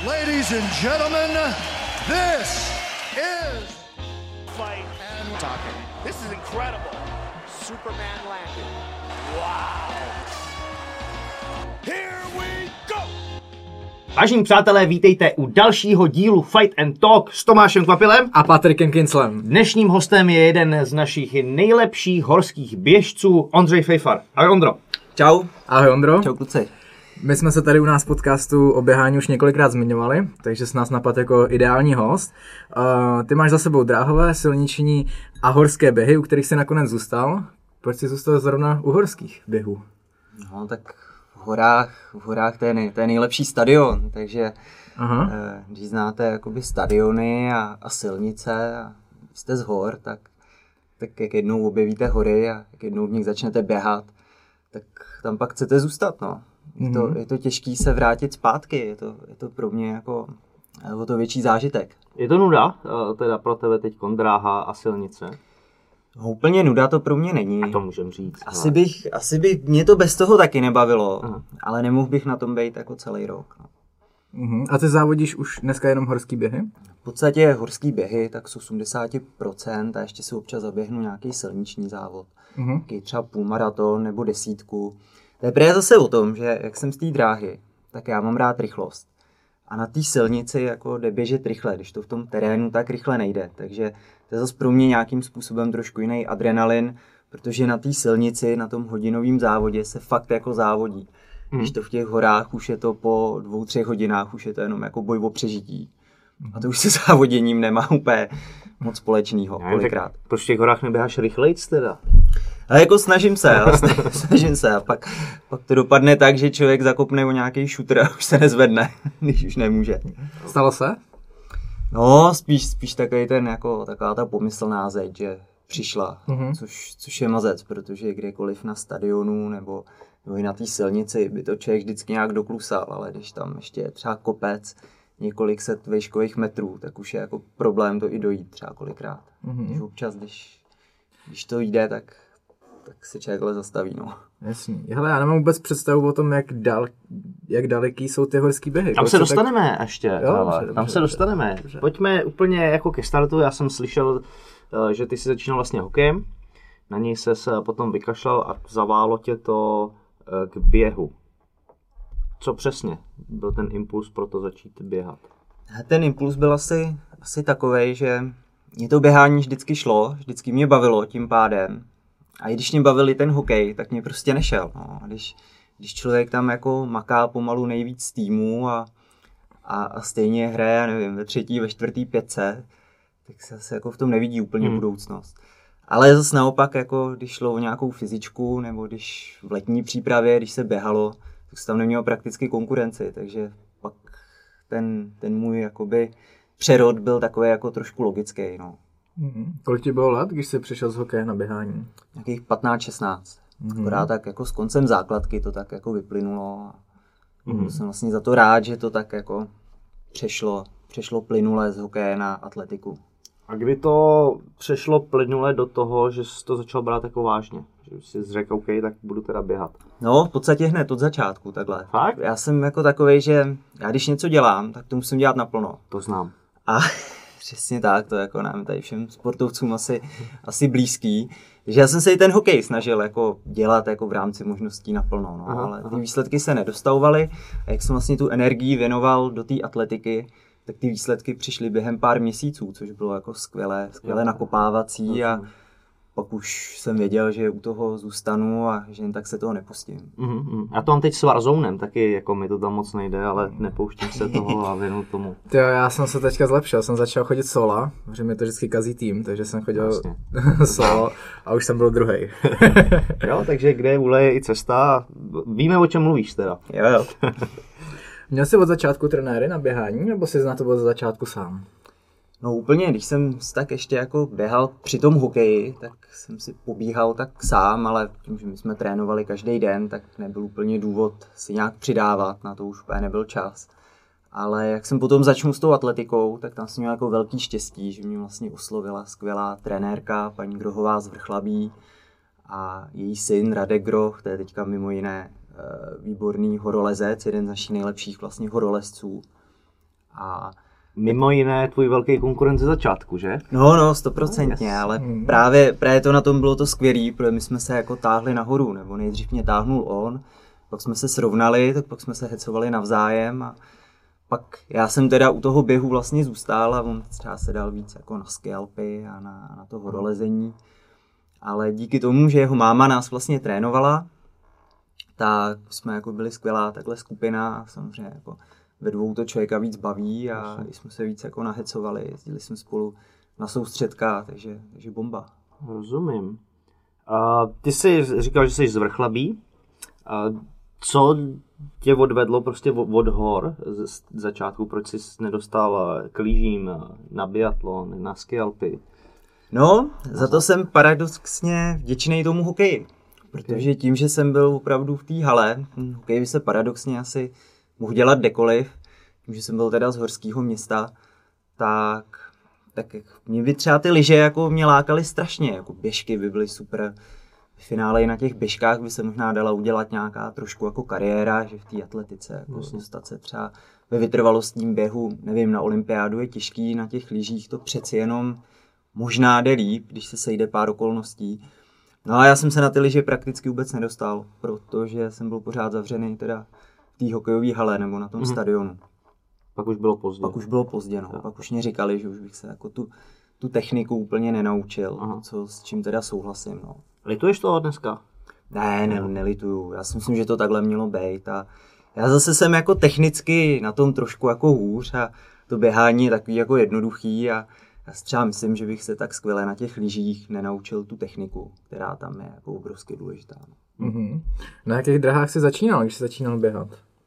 Ladies and gentlemen, this is fight and talking. This is incredible. Superman landed. Wow. Here we go. Vážení přátelé, vítejte u dalšího dílu Fight and Talk s Tomášem Kvapilem a Patrikem Kinclem. Dnešním hostem je jeden z našich nejlepších horských běžců, Ondřej Fejfar. Ahoj Ondro. Čau. Ahoj Ondro. Čau kluci. My jsme se tady u nás v podcastu o běhání už několikrát zmiňovali, takže jsi nás napadl jako ideální host. Ty máš za sebou dráhové, silniční a horské běhy, u kterých jsi nakonec zůstal. Proč jsi zůstal zrovna u horských běhů? No tak v horách to je nejlepší stadion, takže když znáte jakoby stadiony a silnice a jste z hor, tak jak jednou objevíte hory a jak jednou v nich začnete běhat, tak tam pak chcete zůstat, no. Je to těžký se vrátit zpátky, je to pro mě jako o to větší zážitek. Je to nuda, teda pro tebe teď dráha a silnice? No, úplně nuda to pro mě není. A to můžem říct. Asi by mě to bez toho taky nebavilo, ale nemohl bych na tom být jako celý rok. No. A ty závodíš už dneska jenom horský běhy? V podstatě horský běhy tak z 80% a ještě si občas zaběhnu nějaký silniční závod. Taký třeba půlmaraton nebo desítku. To je právě zase o tom, že jak jsem z té dráhy, tak já mám rád rychlost. A na té silnici jako jde běžet rychle, když to v tom terénu tak rychle nejde. Takže to je zase pro mě nějakým způsobem trošku jiný adrenalin, protože na té silnici, na tom hodinovém závodě se fakt jako závodí. Když to v těch horách už je to po 2-3 hodinách, už je to jenom jako boj o přežití. A to už se závoděním nemá úplně moc společného kolikrát. Proč v těch horách neběháš rychlejc teda? Ale jako snažím se a pak to dopadne tak, že člověk zakopne o nějaký šutr a už se nezvedne, když už nemůže. Stalo se? No, spíš takový ten, jako taková ta pomyslná zeď, že přišla, což je mazec, protože kdekoliv na stadionu nebo i na té silnici by to člověk vždycky nějak doklusal, ale když tam ještě je třeba kopec, několik set výškových metrů, tak už je jako problém to i dojít třeba kolikrát. Takže občas, když to jde, tak se člověk ale zastaví, no. Jasný. Hele, já nemám vůbec představu o tom, jak daleký jsou ty horský běhy. Tam se dostaneme ještě. Tam se dostaneme. Dobře. Pojďme úplně jako ke startu. Já jsem slyšel, že ty jsi začínal vlastně hokejem. Na něj ses potom vykašlal a zaválo tě to k běhu. Co přesně byl ten impuls pro to začít běhat? Ten impuls byl asi takovej, že mě to běhání vždycky šlo, vždycky mě bavilo tím pádem. A i když mě bavil ten hokej, tak mě prostě nešel. No. Když člověk tam jako maká pomalu nejvíc týmů a stejně hraje, já nevím, ve 3., ve 4., 5, tak se asi jako v tom nevidí úplně budoucnost. Ale zase naopak, jako když šlo o nějakou fyzičku, nebo když v letní přípravě, když se běhalo, tak se tam nemělo prakticky konkurenci, takže pak ten můj jakoby přerod byl takový jako trošku logický, no. Kolik ti bylo let, když jsi přišel z hokeje na běhání? Nějakých 15-16. Akorát tak jako s koncem základky to tak jako vyplynulo. Jsem vlastně za to rád, že to tak jako přešlo plynule z hokeje na atletiku. A kdy to přešlo plynule do toho, že jsi to začal brát jako vážně? Že jsi řekl, OK, tak budu teda běhat. No, v podstatě hned od začátku takhle. Fakt? Já jsem jako takovej, že já když něco dělám, tak to musím dělat naplno. To znám. A přesně tak, to jako nám tady všem sportovcům asi blízký. Takže já jsem se i ten hokej snažil jako dělat jako v rámci možností naplno, no, ale ty výsledky se nedostavovaly a jak jsem vlastně tu energii věnoval do té atletiky, tak ty výsledky přišly během pár měsíců, což bylo jako skvěle nakopávací a pak už jsem věděl, že u toho zůstanu a že jen tak se toho nepustím. Já to mám teď s Warzonem, taky jako mi to tam moc nejde, ale nepouštím se toho a věnu tomu. Já jsem se teďka zlepšil, jsem začal chodit sola, protože mi to vždycky kazí tým, takže jsem chodil solo a už jsem byl druhej. Jo, takže kde je vůle je i cesta, víme, o čem mluvíš teda. Jo. Měl jsi od začátku trenéry na běhání, nebo jsi na to od začátku sám? No úplně, když jsem tak ještě jako běhal při tom hokeji, tak jsem si pobíhal tak sám, ale tím, že my jsme trénovali každý den, tak nebyl úplně důvod si nějak přidávat, na to už úplně nebyl čas. Ale jak jsem potom začal s tou atletikou, tak tam jsem měl jako velký štěstí, že mě vlastně oslovila skvělá trenérka, paní Grohová z Vrchlabí a její syn Radek Groch, to je teďka mimo jiné výborný horolezec, jeden z našich nejlepších vlastně horolezců. A Mimo jiné tvůj velký konkurent ze začátku, že? no, 100%, ale právě to na tom bylo to skvělý, protože my jsme se jako táhli nahoru, nebo nejdřív mě táhnul on, pak jsme se srovnali, tak pak jsme se hecovali navzájem a pak já jsem teda u toho běhu vlastně zůstal a on třeba se dal víc jako na skialpy a na to horolezení. Ale díky tomu, že jeho máma nás vlastně trénovala, tak jsme jako byli skvělá takhle skupina a samozřejmě jako ve dvou to člověka víc baví a jsme se víc jako nahecovali, jezdili jsme spolu na soustředka, takže bomba. Rozumím. Ty jsi říkal, že jsi z Vrchlabí. Co tě odvedlo prostě od hor z začátku? Proč jsi nedostal k lyžím, na biatlon, na skialpy? No, za to jsem paradoxně vděčný tomu hokeji. Protože tím, že jsem byl opravdu v té hale, hokej by se paradoxně asi mohl dělat kdekoliv, tím, že jsem byl teda z horského města, tak mě by třeba ty lyže jako mě lákaly strašně, jako běžky by byly super. V finále i na těch běžkách by se možná dala udělat nějaká trošku jako kariéra, že v té atletice, jako dostat se třeba ve vytrvalostním běhu, nevím, na olympiádu je těžký, na těch lyžích to přeci jenom možná jde líp, když se sejde pár okolností. No a já jsem se na ty lyže prakticky vůbec nedostal, protože jsem byl pořád zavřený teda v té hokejové hale nebo na tom stadionu. Pak už bylo pozdě. No. Pak už mě říkali, že už bych se jako tu techniku úplně nenaučil, s čím teda souhlasím. No. Lituješ toho dneska? Ne, nelituju. Já si myslím, že to takhle mělo být. A já zase jsem jako technicky na tom trošku jako hůř a to běhání je takový jako jednoduchý a já si třeba myslím, že bych se tak skvěle na těch lyžích nenaučil tu techniku, která tam je jako obrovsky důležitá. Mm-hmm. Na jakých drahách jsi začínal, když jsi začínal běhat?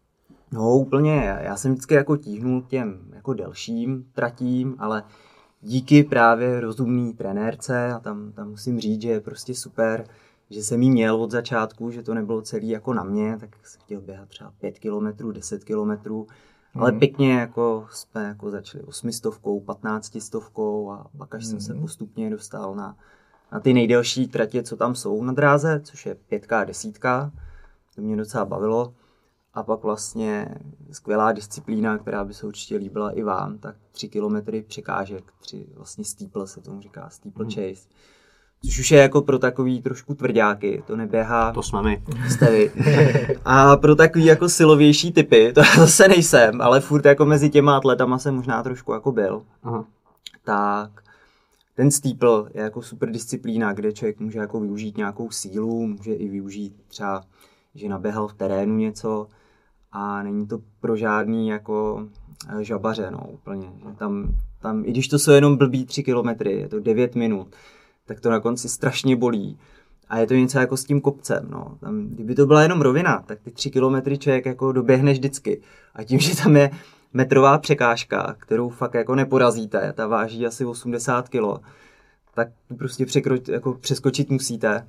No úplně, já jsem vždycky jako tíhnul k těm jako delším tratím, ale díky právě rozumný trenérce a tam musím říct, že je prostě super, že jsem jí měl od začátku, že to nebylo celý jako na mě, tak jsem chtěl běhat třeba 5 kilometrů, 10 kilometrů, ale pěkně jako jsme jako začali 800, 1500 a pak až jsem se postupně dostal na ty nejdelší tratě, co tam jsou na dráze, což je 5K, 10. To mě docela bavilo. A pak vlastně skvělá disciplína, která by se určitě líbila i vám, tak 3 kilometry překážek, 3 vlastně steeple se tomu říká, steeple chase. Což už je jako pro takový trošku tvrďáky, to neběhá. To jsme my. Jste vy. A pro takový jako silovější typy, to já zase nejsem, ale furt jako mezi těma atletama jsem možná trošku jako byl. Aha. Tak ten steeple je jako super disciplína, kde člověk může jako využít nějakou sílu, může i využít třeba, že naběhal v terénu něco a není to pro žádný jako žabaře, no úplně. Tam, i když to jsou jenom blbý 3 kilometry, je to 9 minut, tak to na konci strašně bolí. A je to něco jako s tím kopcem, no. Tam, kdyby to byla jenom rovina, tak ty 3 kilometry člověk jako doběhne vždycky. A tím, že tam je metrová překážka, kterou fakt jako neporazíte, ta váží asi 80 kg, tak prostě přeskočit musíte.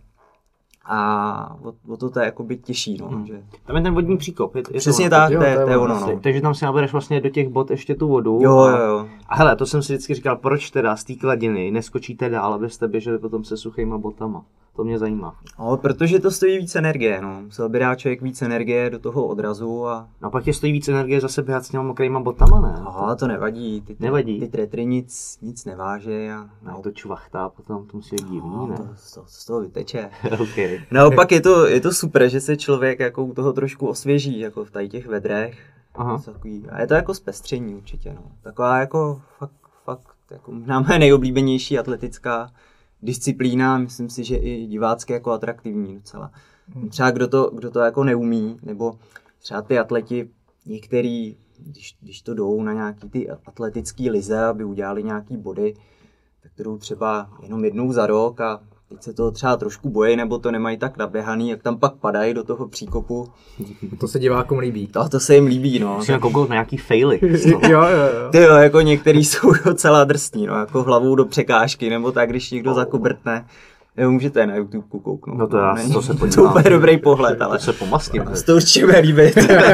A o to je jakoby těžší, no. Že... Tam je ten vodní příkop. Je přesně to, tak, to je ono, no. Takže tam si nabereš vlastně do těch bod ještě tu vodu. Jo. A hele, to jsem si vždycky říkal, proč teda z té kladiny neskočíte dál, abyste běželi potom se suchýma botama. To mě zajímá. No, protože to stojí víc energie, no. Musel by dát člověk víc energie do toho odrazu a... No pak je stojí víc energie zase běhat s těma mokrýma botama, ne? Aha, to nevadí. Ty tretry nic neváže a... No, to čvachtá, potom to musí být divný, ne? To z toho vyteče. Okay. Naopak je to super, že se člověk jako u toho trošku osvěží, jako v tady těch vedrech. Aha. A je to jako zpestření určitě, no. Taková jako fakt jako možná moje nejoblíbenější atletická disciplína, myslím si, že i divácky jako atraktivní docela. Třeba kdo to jako neumí, nebo třeba ty atleti, některý, když to jdou na nějaký ty atletický lize, aby udělali nějaký body, tak to jdou třeba jenom jednou za rok a teď se toho třeba trošku bojí, nebo to nemají tak naběhaný, jak tam pak padají do toho příkopu. To se divákům líbí. To se jim líbí, no. Musíme kouknout na nějaký faily. Jo. Ty jo, jako některý jsou docela drsní, no, jako hlavou do překážky, nebo tak, když někdo zakobrtne. Jo, můžete na YouTube kouknout. No to se podívám. To je úplně dobrý pohled, ale to se pomastím. To určitě líbit.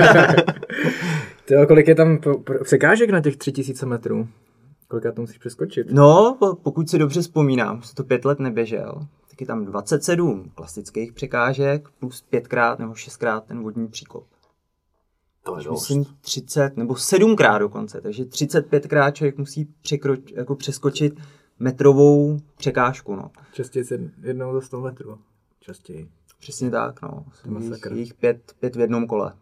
Ty jo, kolik je tam překážek na těch 3000 metrů? Kolikrát to musíš přeskočit? No, pokud si dobře vzpomínám, už to 5 let neběžel, tak je tam 27 klasických překážek plus 5krát nebo 6krát ten vodní příkop. To je myslím 30 nebo 7krát dokonce, takže 35krát člověk musí přeskočit metrovou překážku. No. Častěji jednou za 100 metrů. Častěji. Přesně tak, no. Jich 5 v jednom kole.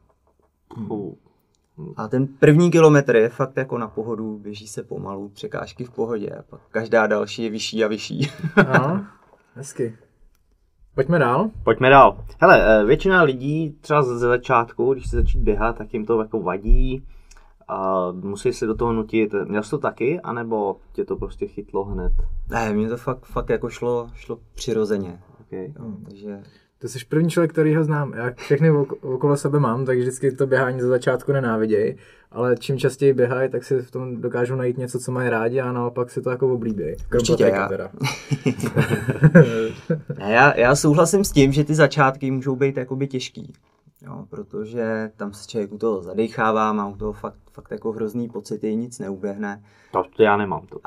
A ten první kilometr je fakt jako na pohodu, běží se pomalu, překážky v pohodě a pak každá další je vyšší a vyšší. No, hezky. Pojďme dál. Hele, většina lidí třeba ze začátku, když se začít běhat, tak jim to jako vadí a musí se do toho nutit. Měl jsi to taky, anebo tě to prostě chytlo hned? Ne, mně to fakt jako šlo přirozeně. Okay. Takže... Ty jsi první člověk, který ho znám. Já všechny okolo sebe mám, takže vždycky to běhání ze začátku nenáviděj. Ale čím častěji běhají, tak si v tom dokážou najít něco, co mají rádi a naopak si to jako oblíbějí. Určitě já souhlasím s tím, že ty začátky můžou být jakoby těžký. Jo, protože tam se člověk u toho zadechává, má u toho fakt jako hrozný pocity, nic neuběhne. To já nemám to.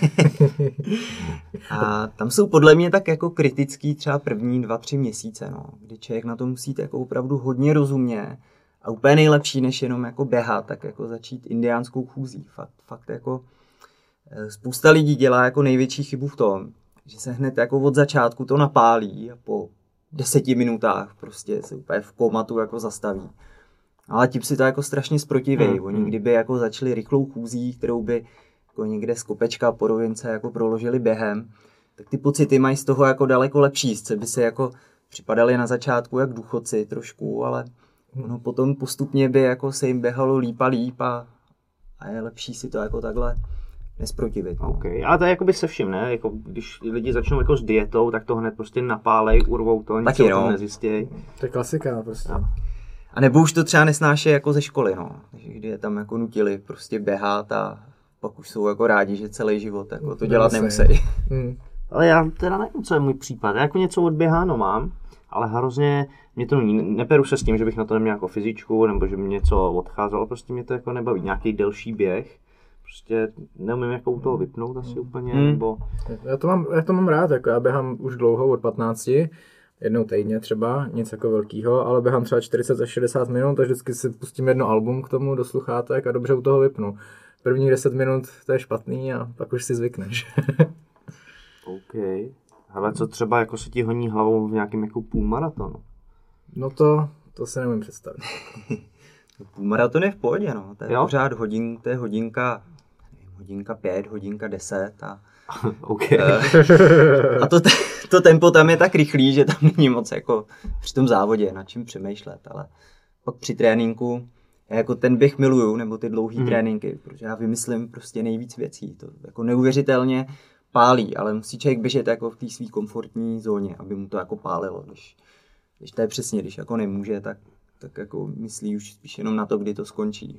A tam jsou podle mě tak jako kritický třeba první 2-3 měsíce, no, kdy člověk na to musí jako opravdu hodně rozumně a úplně nejlepší, než jenom jako běhat, tak jako začít indiánskou chůzí. Fakt jako spousta lidí dělá jako největší chybu v tom, že se hned jako od začátku to napálí a po 10 minutách prostě se úplně v komatu jako zastaví. Ale tím si to jako strašně zprotivějí. Oni kdyby jako začali rychlou chůzí, kterou by jako někde z kopečka po rovince jako proložili během, tak ty pocity mají z toho jako daleko lepší. Sice by se jako připadali na začátku jak důchodci trošku, ale ono potom postupně by jako se jim běhalo líp a je lepší si to jako takhle nesprotivit. No. Okay. Ale to je jakoby se vším, ne? Jako, když lidi začnou jako s dietou, tak to hned prostě napálej, urvou to, nic o tom nezjistějí. To je klasika prostě. No. A nebo už to třeba nesnáší jako ze školy, no. Takže kdy je tam jako nutili prostě běhat a pak už jsou jako rádi, že celý život jako to dělat nemusí. Ale já teda nevím, co je můj případ. Já jako něco odběháno mám, ale hrozně mě to neperu se s tím, že bych na to neměl jako fyzičku, nebo že by mě něco odcházelo, prostě mě to jako nebaví. Nějaký delší běh, prostě neumím jako u toho vypnout asi úplně, nebo... Já to mám rád, jako já běhám už dlouho od 15, jednou týdně třeba, nic jako velkýho, ale běhám třeba 40 až 60 minut a vždycky si pustím jedno album k tomu do sluchátek a dobře u toho vypnu. Prvních 10 minut to je špatný a pak už si zvykneš. OK. Ale co třeba jako se ti honí hlavou v nějakém jako půlmaratonu? No to se nemůžu představit. Půlmaraton je v pohodě, no. To je pořád hodinka 5, hodinka 10 a... Okay. A to tempo tam je tak rychlý, že tam není moc jako při tom závodě nad čím přemýšlet, ale pak při tréninku já jako ten běh miluju, nebo ty dlouhý tréninky, protože já vymyslím prostě nejvíc věcí, to jako neuvěřitelně pálí, ale musí člověk běžet jako v té své komfortní zóně, aby mu to jako pálilo, když to je přesně, když jako nemůže, tak jako myslí už spíš jenom na to, kdy to skončí.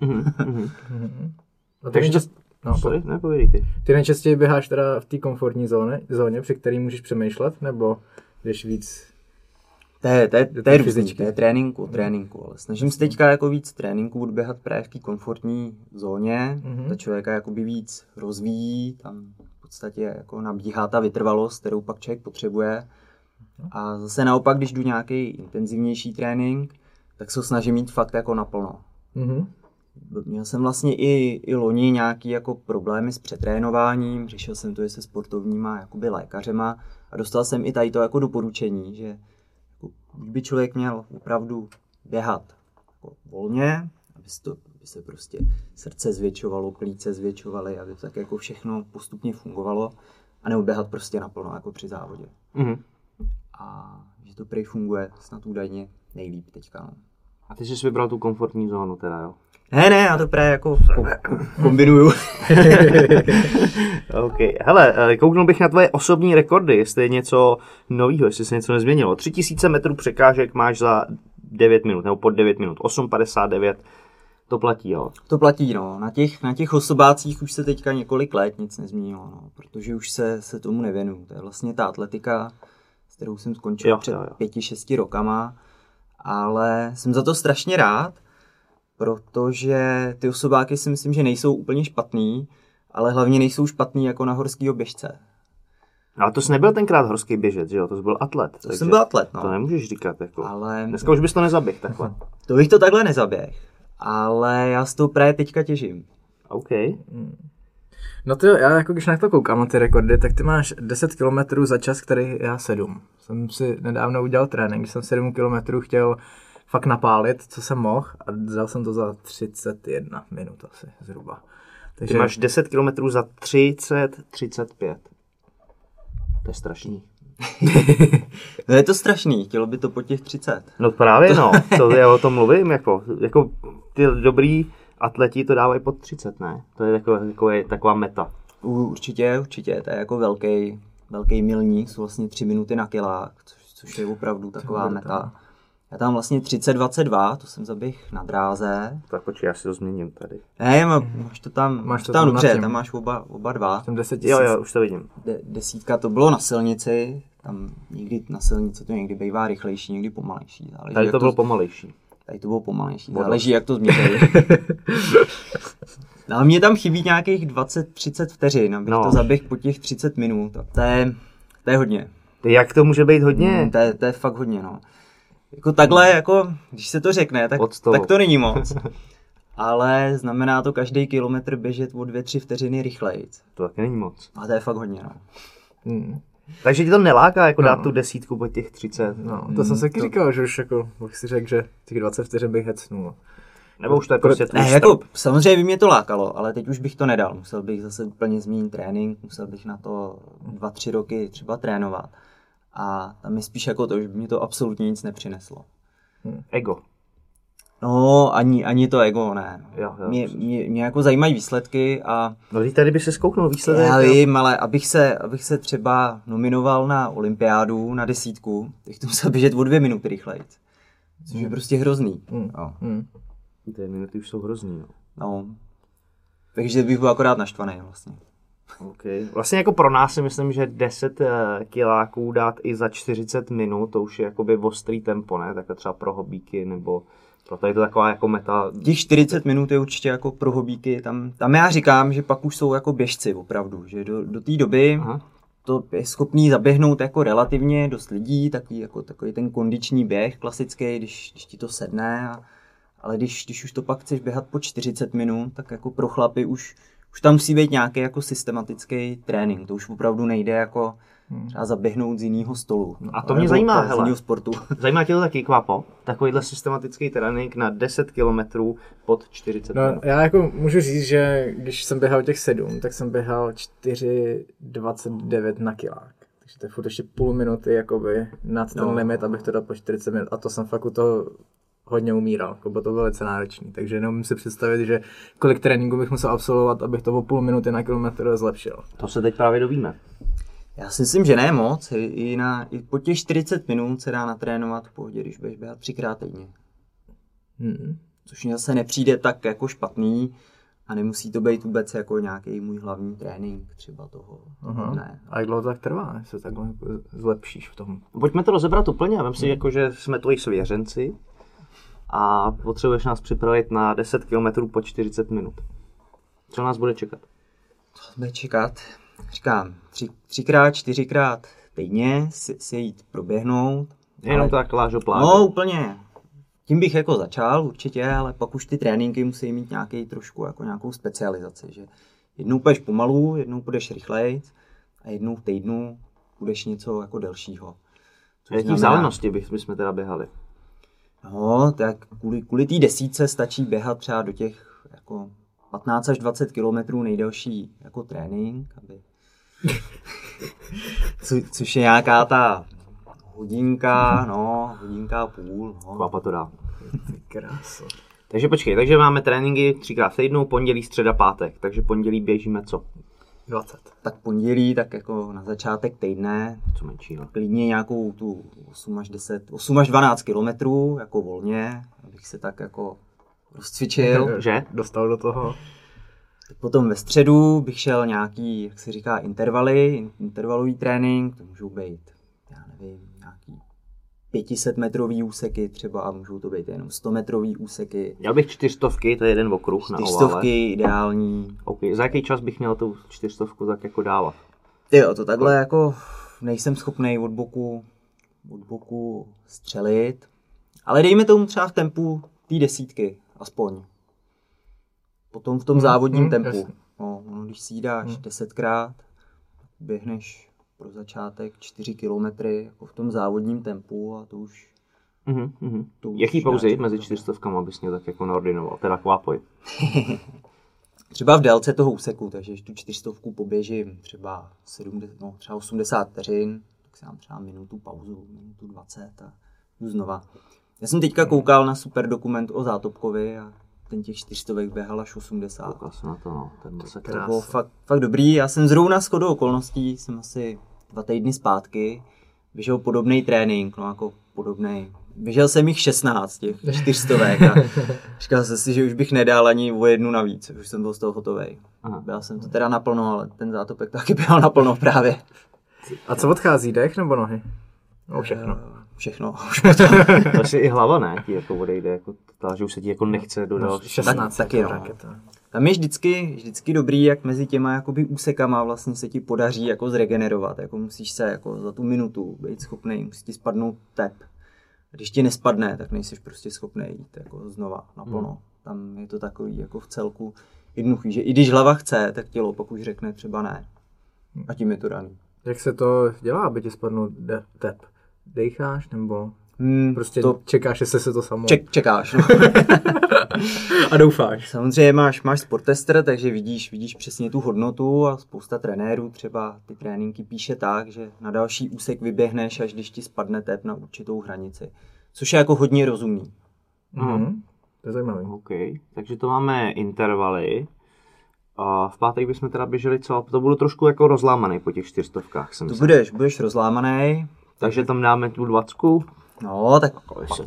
Takže nepovědej ty. Ty nejčastěji běháš teda v té komfortní zóně, při které můžeš přemýšlet, nebo jdeš víc? To je různý, to je tréninku, ale snažím se teďka jako víc tréninku odběhat právě v té komfortní zóně, ta člověka jakoby víc rozvíjí, tam v podstatě jako nabíhá ta vytrvalost, kterou pak člověk potřebuje. A zase naopak, když jdu nějaký intenzivnější trénink, tak se ho snažím mít fakt jako naplno. Měl jsem vlastně i loni nějaký jako problémy s přetrénováním, řešil jsem to i se sportovníma jakoby lékařema a dostal jsem i tady to jako doporučení, že jako, by člověk měl opravdu běhat jako volně, aby se prostě srdce zvětšovalo, plíce zvětšovaly, aby tak jako všechno postupně fungovalo a neuběhat prostě naplno jako při závodě. A že to prej funguje snad údajně nejlíp teďka. No. A ty jsi vybral tu komfortní zónu teda, jo? Ne, já to právě jako kombinuju. OK. Hele, kouknul bych na tvoje osobní rekordy, jestli je něco novýho, jestli se něco nezměnilo. 3000 metrů překážek máš za 9 minut, nebo pod 9 minut, 8:59, to platí, jo? To platí, no. Na těch osobácích už se teďka několik let nic nezměnilo, no, protože už se tomu nevěnuju. To je vlastně ta atletika, s kterou jsem skončil před 5-6 rokama, ale jsem za to strašně rád, protože ty osobáky si myslím, že nejsou úplně špatný, ale hlavně nejsou špatný jako na horskýho běžce. Ale to jsi nebyl tenkrát horský běžec, že jo? To jsi byl atlet. To jsem byl atlet, no. To nemůžeš říkat, jako. Ale... Dneska už bys to nezaběh takhle. To bych to takhle nezaběh, ale já z toho právě teďka těžím. OK. No to jo, já jako když na to koukám na ty rekordy, tak ty máš 10 km za čas, který já 7. Jsem si nedávno udělal trénink, když jsem 7 km chtěl fakt napálit, co jsem mohl, a dal jsem to za 31 minut asi zhruba. Takže... Ty máš 10 km za 35. To je strašný. No je to strašný, chtělo by to po těch 30. No právě no, to já o tom mluvím, jako ty dobrý atleti to dávají pod 30, ne? To je taková meta. Určitě, to je jako velký milník, jsou vlastně 3 minuty na kilák, což je opravdu taková meta. Já tam vlastně 30-22, to jsem zaběh na dráze. Tak počkej, já si to změním tady. Ne, máš to tam dobře, tam máš oba dva. Tam 10 000. Jo, už to vidím. Desítka to bylo na silnici, tam někdy na silnici to někdy bývá rychlejší, někdy pomalejší. Záleží, tady to bylo pomalejší. Tady to bylo pomalejší, záleží jak to změří. Ale mně tam chybí nějakých 20-30 vteřin, abych to zaběh po těch 30 minut. A to je hodně. Jak to může být hodně? To je fakt hodně, no. Jako takhle, jako, když se to řekne, tak to není moc. Ale znamená to každý kilometr běžet o 2-3 vteřiny rychleji. To taky není moc. A to je fakt hodně, no. Takže ti to neláká jako dát tu desítku po těch 30? No, to jsem se taky říkal, že už jako, bych si řekl, že těch 20 vteřin bych hecnul. Nebo už to je prostě ne, jako, samozřejmě by mě to lákalo, ale teď už bych to nedal. Musel bych zase úplně změnit trénink, musel bych na to 2-3 roky třeba trénovat. A tam je spíš jako to, že by mi to absolutně nic nepřineslo. Ego. No, ani to ego, ne. Jo, mě jako zajímají výsledky a... No, tady by se zkouknul výsledek. Já vím, ale abych se třeba nominoval na olympiádu, na 10, tak to musel běžet o 2 minuty rychleji. Což je prostě hrozný. 2 minuty už jsou hrozný, no. No. Takže bych byl akorát naštvaný vlastně. Okay. Vlastně jako pro nás si myslím, že 10 kiláků dát i za 40 minut, to už je jakoby ostrý tempo, ne? Tak třeba pro hobíky, nebo proto je to taková jako meta. Těch 40 minut je určitě jako pro hobíky, tam já říkám, že pak už jsou jako běžci opravdu, že do té doby to je schopný zaběhnout jako relativně dost lidí, takový ten kondiční běh klasický, když ti to sedne, ale když už to pak chceš běhat po 40 minut, tak jako pro chlapy už tam musí být nějaký jako systematický trénink. To už opravdu nejde jako třeba zaběhnout z jiného stolu. A to mě zajímá, hele. Z jiného sportu. Zajímá tě to taky, Kvapo? Takovýhle systematický trénink na 10 kilometrů pod 40 minut. No, já jako můžu říct, že když jsem běhal těch 7, tak jsem běhal 4,29 na kilák. Takže to je furt ještě půl minuty jakoby nad ten limit, abych to dal po 40 minut. A to jsem fakt u toho hodně umíral, bylo to velice náročný, takže jenom si představit, že kolik tréninku bych musel absolvovat, abych to o půl minuty na kilometr zlepšil. To se teď právě dovíme. Já si myslím, že ne moc, i po těch 40 minut se dá natrénovat v pohodě, když budeš běhat 3krát týdně. Což mi zase nepřijde tak jako špatný a nemusí to být vůbec jako nějaký můj hlavní trénink třeba toho. Ne. A jak dlouho to tak trvá, než se takhle zlepšíš v tom? Pojďme to rozebrat úplně, vem si jako, že jsme tvoji svěřenci a potřebuješ nás připravit na 10 km po 40 minut. Co nás bude čekat? Co bude čekat? Říkám, 3x, 4x týdně si jít proběhnout. Jenom to tak lážo plážo. No úplně. Tím bych jako začal určitě, ale pak už ty tréninky musí mít nějakou specializaci. Že jednou půjdeš pomalu, jednou půjdeš rychleji a jednou v týdnu půjdeš něco jako delšího. Jaký vzdálenosti bychom teda běhali? No, tak kvůli té 10 stačí běhat třeba do těch jako 15 až 20 kilometrů nejdelší jako trénink, aby... což je nějaká ta hodinka a půl. No. Kvapa to dá. Krása. Takže počkej, takže máme tréninky 3x v týdnu, pondělí, středa, pátek, takže pondělí běžíme co? 20. Tak pondělí, tak jako na začátek týdne, co menšího. Klidně nějakou tu 8 až 12 kilometrů, jako volně, abych se tak jako rozcvičil. Že? Dostal do toho. Potom ve středu bych šel nějaký, jak se říká, intervalový trénink, to můžou být, já nevím, nějaký 500 metrový úseky třeba a můžou to být jenom 100 metrový úseky. Měl bych 400, to je jeden okruh na ovále. 400 ideální. OK, za jaký čas bych měl tu 400 tak jako dávat? Jo, to takhle jako nejsem schopnej od boku střelit, ale dejme tomu třeba v tempu té 10 aspoň. potom v tom závodním tempu. Jasně. No, když si jí dáš 10krát, běhneš pro začátek 4 kilometry jako v tom závodním tempu a to už... To už Jaký pauzy mezi 400 bys měl tak jako naordinoval, teda kvápoj? Třeba v délce toho úseku, takže když tu 400 poběžím třeba 80 vteřin, tak si dám třeba minutu pauzu, minutu 20 a jdu znova. Já jsem teďka koukal na super dokument o Zátopkovi a ten těch 400 běhal až 80. Koukal jsem na to, no, ten se To bylo fakt dobrý. Já jsem zrovna shodou okolností, jsem asi 2 týdny zpátky běžel podobný trénink, no jako podobný. Běžel jsem jich 16, těch 400 a říkal jsem si, že už bych nedal ani o jednu navíc, už jsem byl z toho hotovej. Byl jsem to teda naplno, ale ten Zátopek taky běhal naplno právě. A co odchází, dech nebo nohy? No všechno. Všechno. To asi i hlava, ne? Ti jako odejde, jako totál, že už se ti jako nechce do další. 16 taky no. raketa. Tam je vždycky dobrý, jak mezi těma jakoby úsekama vlastně se ti podaří jako zregenerovat. Jako musíš se jako za tu minutu být schopnej, musí ti spadnout tep. Když ti nespadne, tak nejsi prostě schopný jít jako znova naplno. Tam je to takový jako v celku jednoduchý, že i když hlava chce, tak tělo pak už řekne třeba ne. A tím je to daný. Jak se to dělá, aby ti spadnul tep? Dejcháš nebo prostě čekáš, jestli se to samo... Čekáš. No. A doufáš. Samozřejmě máš sporttester, takže vidíš přesně tu hodnotu a spousta trenérů třeba ty tréninky píše tak, že na další úsek vyběhneš, až když ti spadne tep na určitou hranici. Což je jako hodně rozumný. To je zajímavé. OK, takže to máme intervaly. A v pátek bychom teda běželi co? To budu trošku jako rozlámaný po těch 400. Budeš rozlámaný. Takže tam dáme tu 20. No, tak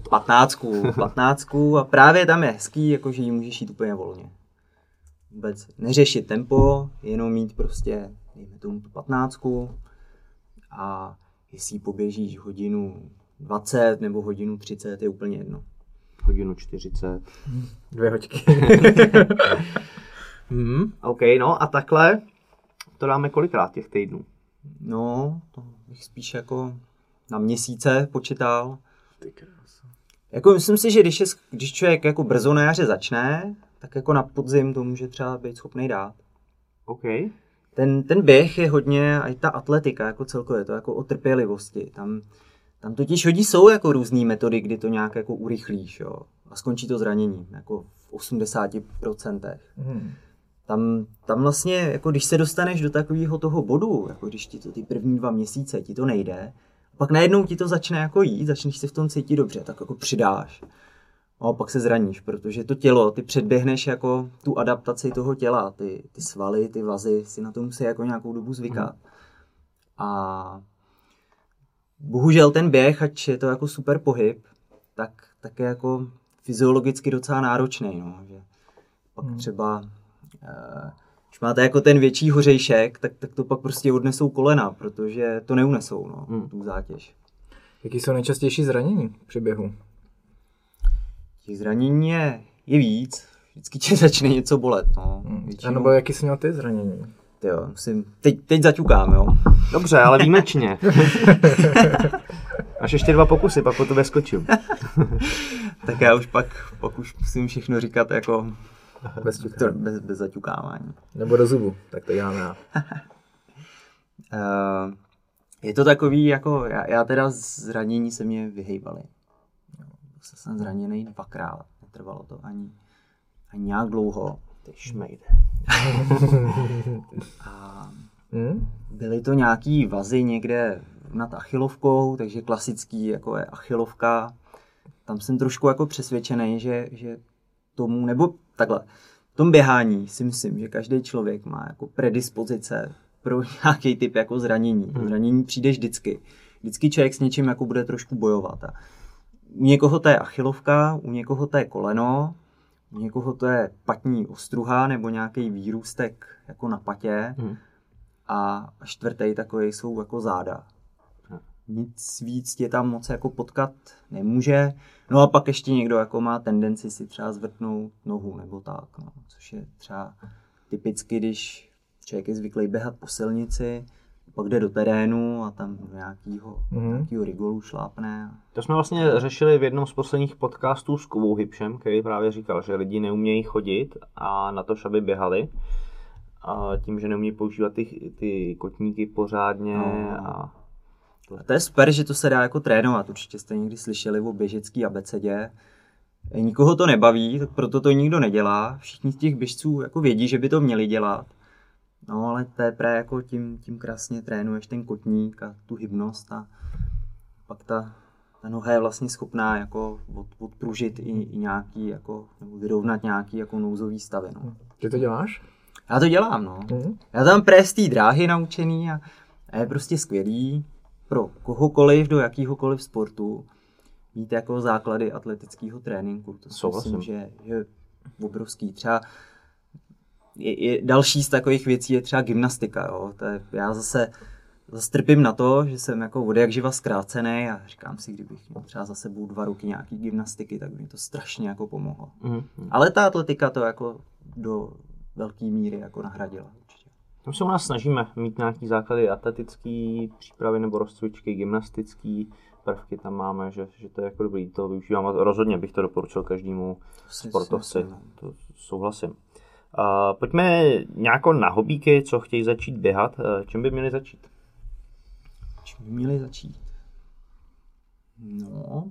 15 a právě tam je hezký, jakože ji můžeš jít úplně volně. Vůbec neřešit tempo, jenom mít prostě, dejme tomu tu 15 a jestli poběžíš hodinu 20 nebo hodinu 30, je úplně jedno. Hodinu 40. 2 hoďky. OK, no a takhle to dáme kolikrát těch týdnů? No, to bych spíš jako na měsíce počítal. Jako myslím si, že když člověk jako brzo na jaře začne, tak jako na podzim to může třeba být schopný dát. OK. Ten běh je hodně, a i ta atletika jako celkově, to jako o trpělivosti. Tam totiž jsou jako různý metody, kdy to nějak jako urychlíš, jo. A skončí to zraněním, jako v 80%. Tam vlastně, jako když se dostaneš do takového toho bodu, jako když ti to ty první 2 měsíce ti to nejde, pak najednou ti to začne jako jít, začneš se v tom cítit dobře, tak jako přidáš. A pak se zraníš, protože to tělo, ty předběhneš jako tu adaptaci toho těla, ty svaly, ty vazy si na to musí jako nějakou dobu zvykat. A bohužel ten běh, ať je to jako super pohyb, tak je jako fyziologicky docela náročný, no, že pak třeba když máte jako ten větší hořejšek, tak to pak prostě odnesou kolena, protože to neunesou, no, tu zátěž. Jaký jsou nejčastější zranění při běhu? Těch zranění je víc, vždycky tě začne něco bolet, no. A nebo jaký jsi měl ty zranění? Jo, teď zaťukám, jo. Dobře, ale výjimečně. Máš ještě 2 pokusy, pak po tebe skočím. Tak já už pak už musím všechno říkat jako bez zaťukávání. Nebo do zubu, tak to dělám já. Je to takový, jako já teda zranění se mě vyhejbaly. Jsem zraněný 2krát, netrvalo to ani nějak dlouho. Ty šmejde. A byly to nějaký vazy někde nad achilovkou, takže klasický jako je achilovka. Tam jsem trošku jako přesvědčený, že tomu, nebo takhle, v tom běhání si myslím, že každý člověk má jako predispozice pro nějaký typ jako zranění. Zranění přijde vždycky. Vždycky člověk s něčím jako bude trošku bojovat. A u někoho to je achilovka, u někoho to je koleno, u někoho to je patní ostruha nebo nějaký výrůstek jako na patě. A 4. takový jsou jako záda. Nic víc tě tam moc jako potkat nemůže. No a pak ještě někdo jako má tendenci si třeba zvrtnout nohu nebo tak, no, což je třeba typicky, když člověk je zvyklý běhat po silnici, pak jde do terénu a tam do nějakýho rigolu šlápne. To jsme vlastně řešili v jednom z posledních podcastů s Kubou Hybšem, který právě říkal, že lidi neumějí chodit a na to, aby běhali. A tím, že neumí používat ty kotníky pořádně. A to je super, že to se dá jako trénovat. Určitě jste někdy slyšeli o běžecký abecedě. Nikoho to nebaví, tak proto to nikdo nedělá. Všichni z těch běžců jako vědí, že by to měli dělat. No ale teprve jako tím krásně trénuješ ten kotník a tu hybnost a pak ta noha je vlastně schopná jako odpružit i nějaký jako, nebo vyrovnat nějaký jako nouzový stavy. No. Ty to děláš? Já to dělám, no. Já tam z té dráhy naučený a je prostě skvělý pro kohokoliv do jakýhokoliv sportu mít jako základy atletického tréninku. To si myslím, že je obrovský. Třeba je další z takových věcí je třeba gymnastika. Jo. Já zase trpím na to, že jsem jako odjakživa zkrácený a říkám si, kdybych měl třeba za sebou 2 roky nějaký gymnastiky, tak by mi to strašně jako pomohlo. Ale ta atletika to jako do velké míry jako nahradila určitě. Tam se u nás snažíme mít nějaký základy atletický přípravy nebo rozcvičky, gymnastický prvky tam máme, že to je jako dobrý, to využívám a rozhodně bych to doporučil každému sportovci, to souhlasím. Pojďme nějako na hobíky, co chtějí začít běhat, čím by měli začít? No,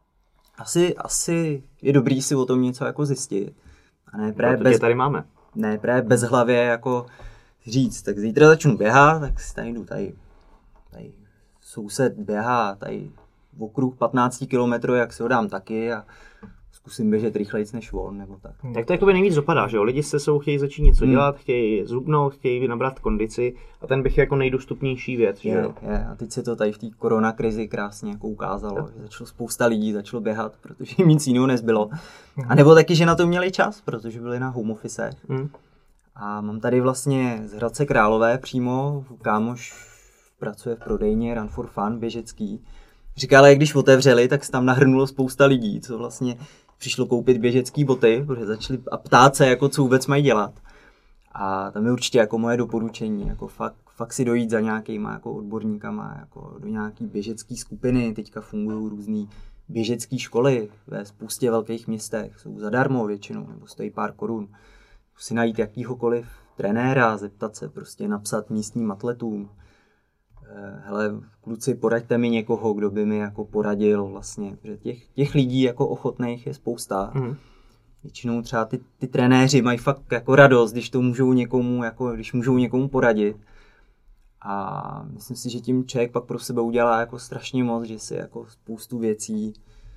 asi je dobrý si o tom něco jako zjistit. A ne právě tady máme. Ne právě bezhlavě jako říct, tak zítra začnu běhat, tak si tady jdu, tady soused běhá, tady v okruh 15 km, jak si ho dám taky a zkusím běžet rychlejc než on, nebo tak. Tak to jakoby nejvíc dopadá, že jo? Lidi se sebou chtějí začít něco dělat, chtějí zhubnout, chtějí nabrat kondici a ten běh je jako nejdostupnější věc, že jo? Je. A teď se to tady v té koronakrizi krásně jako ukázalo, že spousta lidí začalo běhat, protože jim nic jiného nezbylo. A nebo taky, že na to měli čas, protože byli na home office. A mám tady vlastně z Hradce Králové přímo, kámoš pracuje v prodejně Run for Fun běžecký. Říkal, jak když otevřeli, tak se tam nahrnulo spousta lidí, co vlastně přišlo koupit běžecký boty, protože začali a ptát se, jako co vůbec mají dělat. A tam je určitě jako moje doporučení, jako fakt si dojít za nějakýma jako odborníkama, jako do nějaký běžecký skupiny. Teďka fungují různý běžecké školy ve spoustě velkých městech, jsou zadarmo většinou, nebo stojí pár korun. Si najít jakýhokoliv trenéra, zeptat se, prostě napsat místním atletům. Hele, kluci, poraďte mi někoho, kdo by mi jako poradil vlastně, protože těch lidí jako ochotných je spousta. Většinou třeba ty trenéři mají fakt jako radost, když můžou někomu poradit. A myslím si, že tím člověk pak pro sebe udělá jako strašně moc, že si jako spoustu věcí.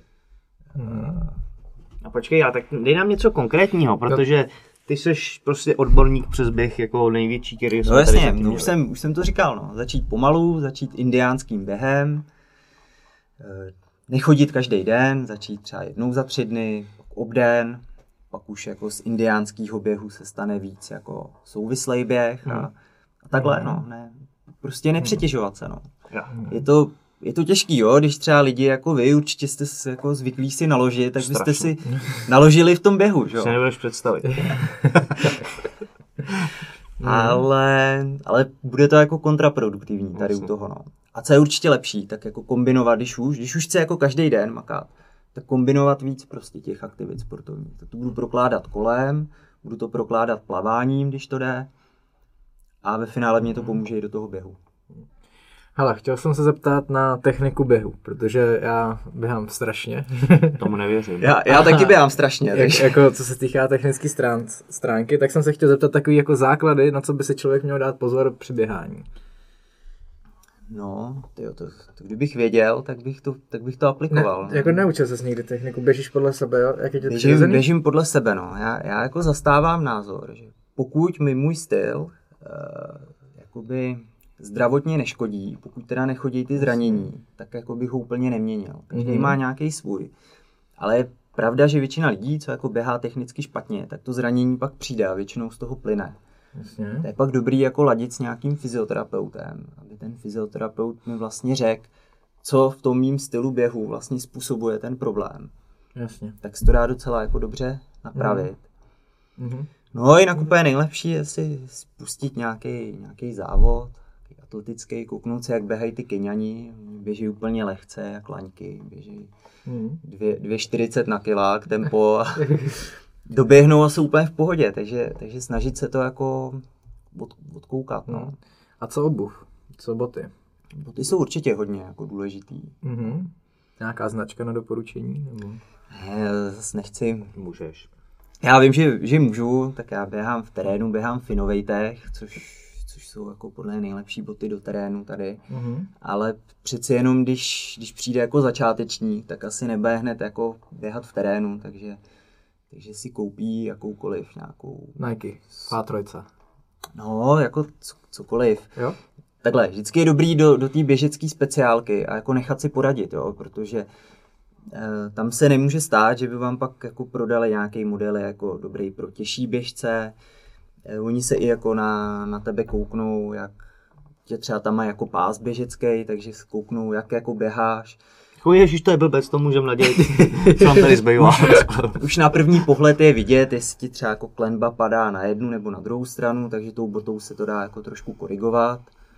A počkej, tak dej nám něco konkrétního, protože ty jsi prostě odborník přes běh jako největší, který No jasně, už jsem to říkal, no. Začít pomalu, začít indiánským během, nechodit každý den, začít třeba jednou za 3 dny, obden, pak už jako z indiánského běhu se stane víc jako souvislej běh a takhle, no, ne, prostě nepřetěžovat se, no. Je to těžký, jo, když třeba lidi jako vy, určitě jste jako zvyklí si naložit, tak byste si naložili v tom běhu, jo. Si nebudeš představit. ale bude to jako kontraproduktivní tady u toho, no. A co je určitě lepší, tak jako kombinovat, když už chce jako každý den makat, tak kombinovat víc prostě těch aktivit sportovních. To budu prokládat kolem, budu to prokládat plaváním, když to jde, a ve finále mě to pomůže i do toho běhu. Hele, chtěl jsem se zeptat na techniku běhu, protože já běhám strašně. Tomu nevěřím. Já taky běhám strašně. Jako co se týká technické stránky, tak jsem se chtěl zeptat takový jako základy, na co by se člověk měl dát pozor při běhání. No, to kdybych věděl, tak bych to aplikoval. Jako neučil ses někdy techniku, běžíš podle sebe, jo? Jak je tě běžím podle sebe, no. Já jako zastávám názor, že pokud mi můj styl jakoby zdravotně neškodí, pokud teda nechodí ty zranění, tak jako bych ho úplně neměnil. Každý má nějaký svůj. Ale je pravda, že většina lidí, co jako běhá technicky špatně, tak to zranění pak přijde a většinou z toho plyne. Jasně. To je pak dobrý jako ladit s nějakým fyzioterapeutem, aby ten fyzioterapeut mi vlastně řekl, co v tom mým stylu běhu vlastně způsobuje ten problém. Jasně. Tak se to dá docela jako dobře napravit. No jinak úplně nejlepší je si spustit nějaký závod, atletický, kouknout se, jak běhají ty Keňani, běží úplně lehce, jak laňky, běží 2,40 na kilák tempo a doběhnou a jsou úplně v pohodě, takže snažit se to jako odkoukat. No. A co obuv? Co boty? Boty jsou určitě hodně jako důležitý. Nějaká značka na doporučení? Nebo? Ne, zase nechci. Můžeš. Já vím, že můžu, tak já běhám v terénu, běhám v Innovatech, což jsou jako podle nejlepší boty do terénu tady. Ale přeci jenom, když přijde jako začátečník, tak asi nebude hned jako běhat v terénu, takže si koupí jakoukoliv nějakou... Nike, H3. No, jako cokoliv. Jo? Takhle, vždycky je dobrý do té běžecké speciálky a jako nechat si poradit, jo, protože tam se nemůže stát, že by vám pak jako prodali nějaký model jako dobrý pro těžší běžce. Oni se i jako na tebe kouknou, jak tě třeba tam má jako pás běžecký, takže kouknou, jak jako běháš. Ježíš, to je blbec, to můžeme nadělit, co vám tady zbývá. Už na první pohled je vidět, jestli ti třeba jako klenba padá na jednu nebo na druhou stranu, takže tou botou se to dá jako trošku korigovat.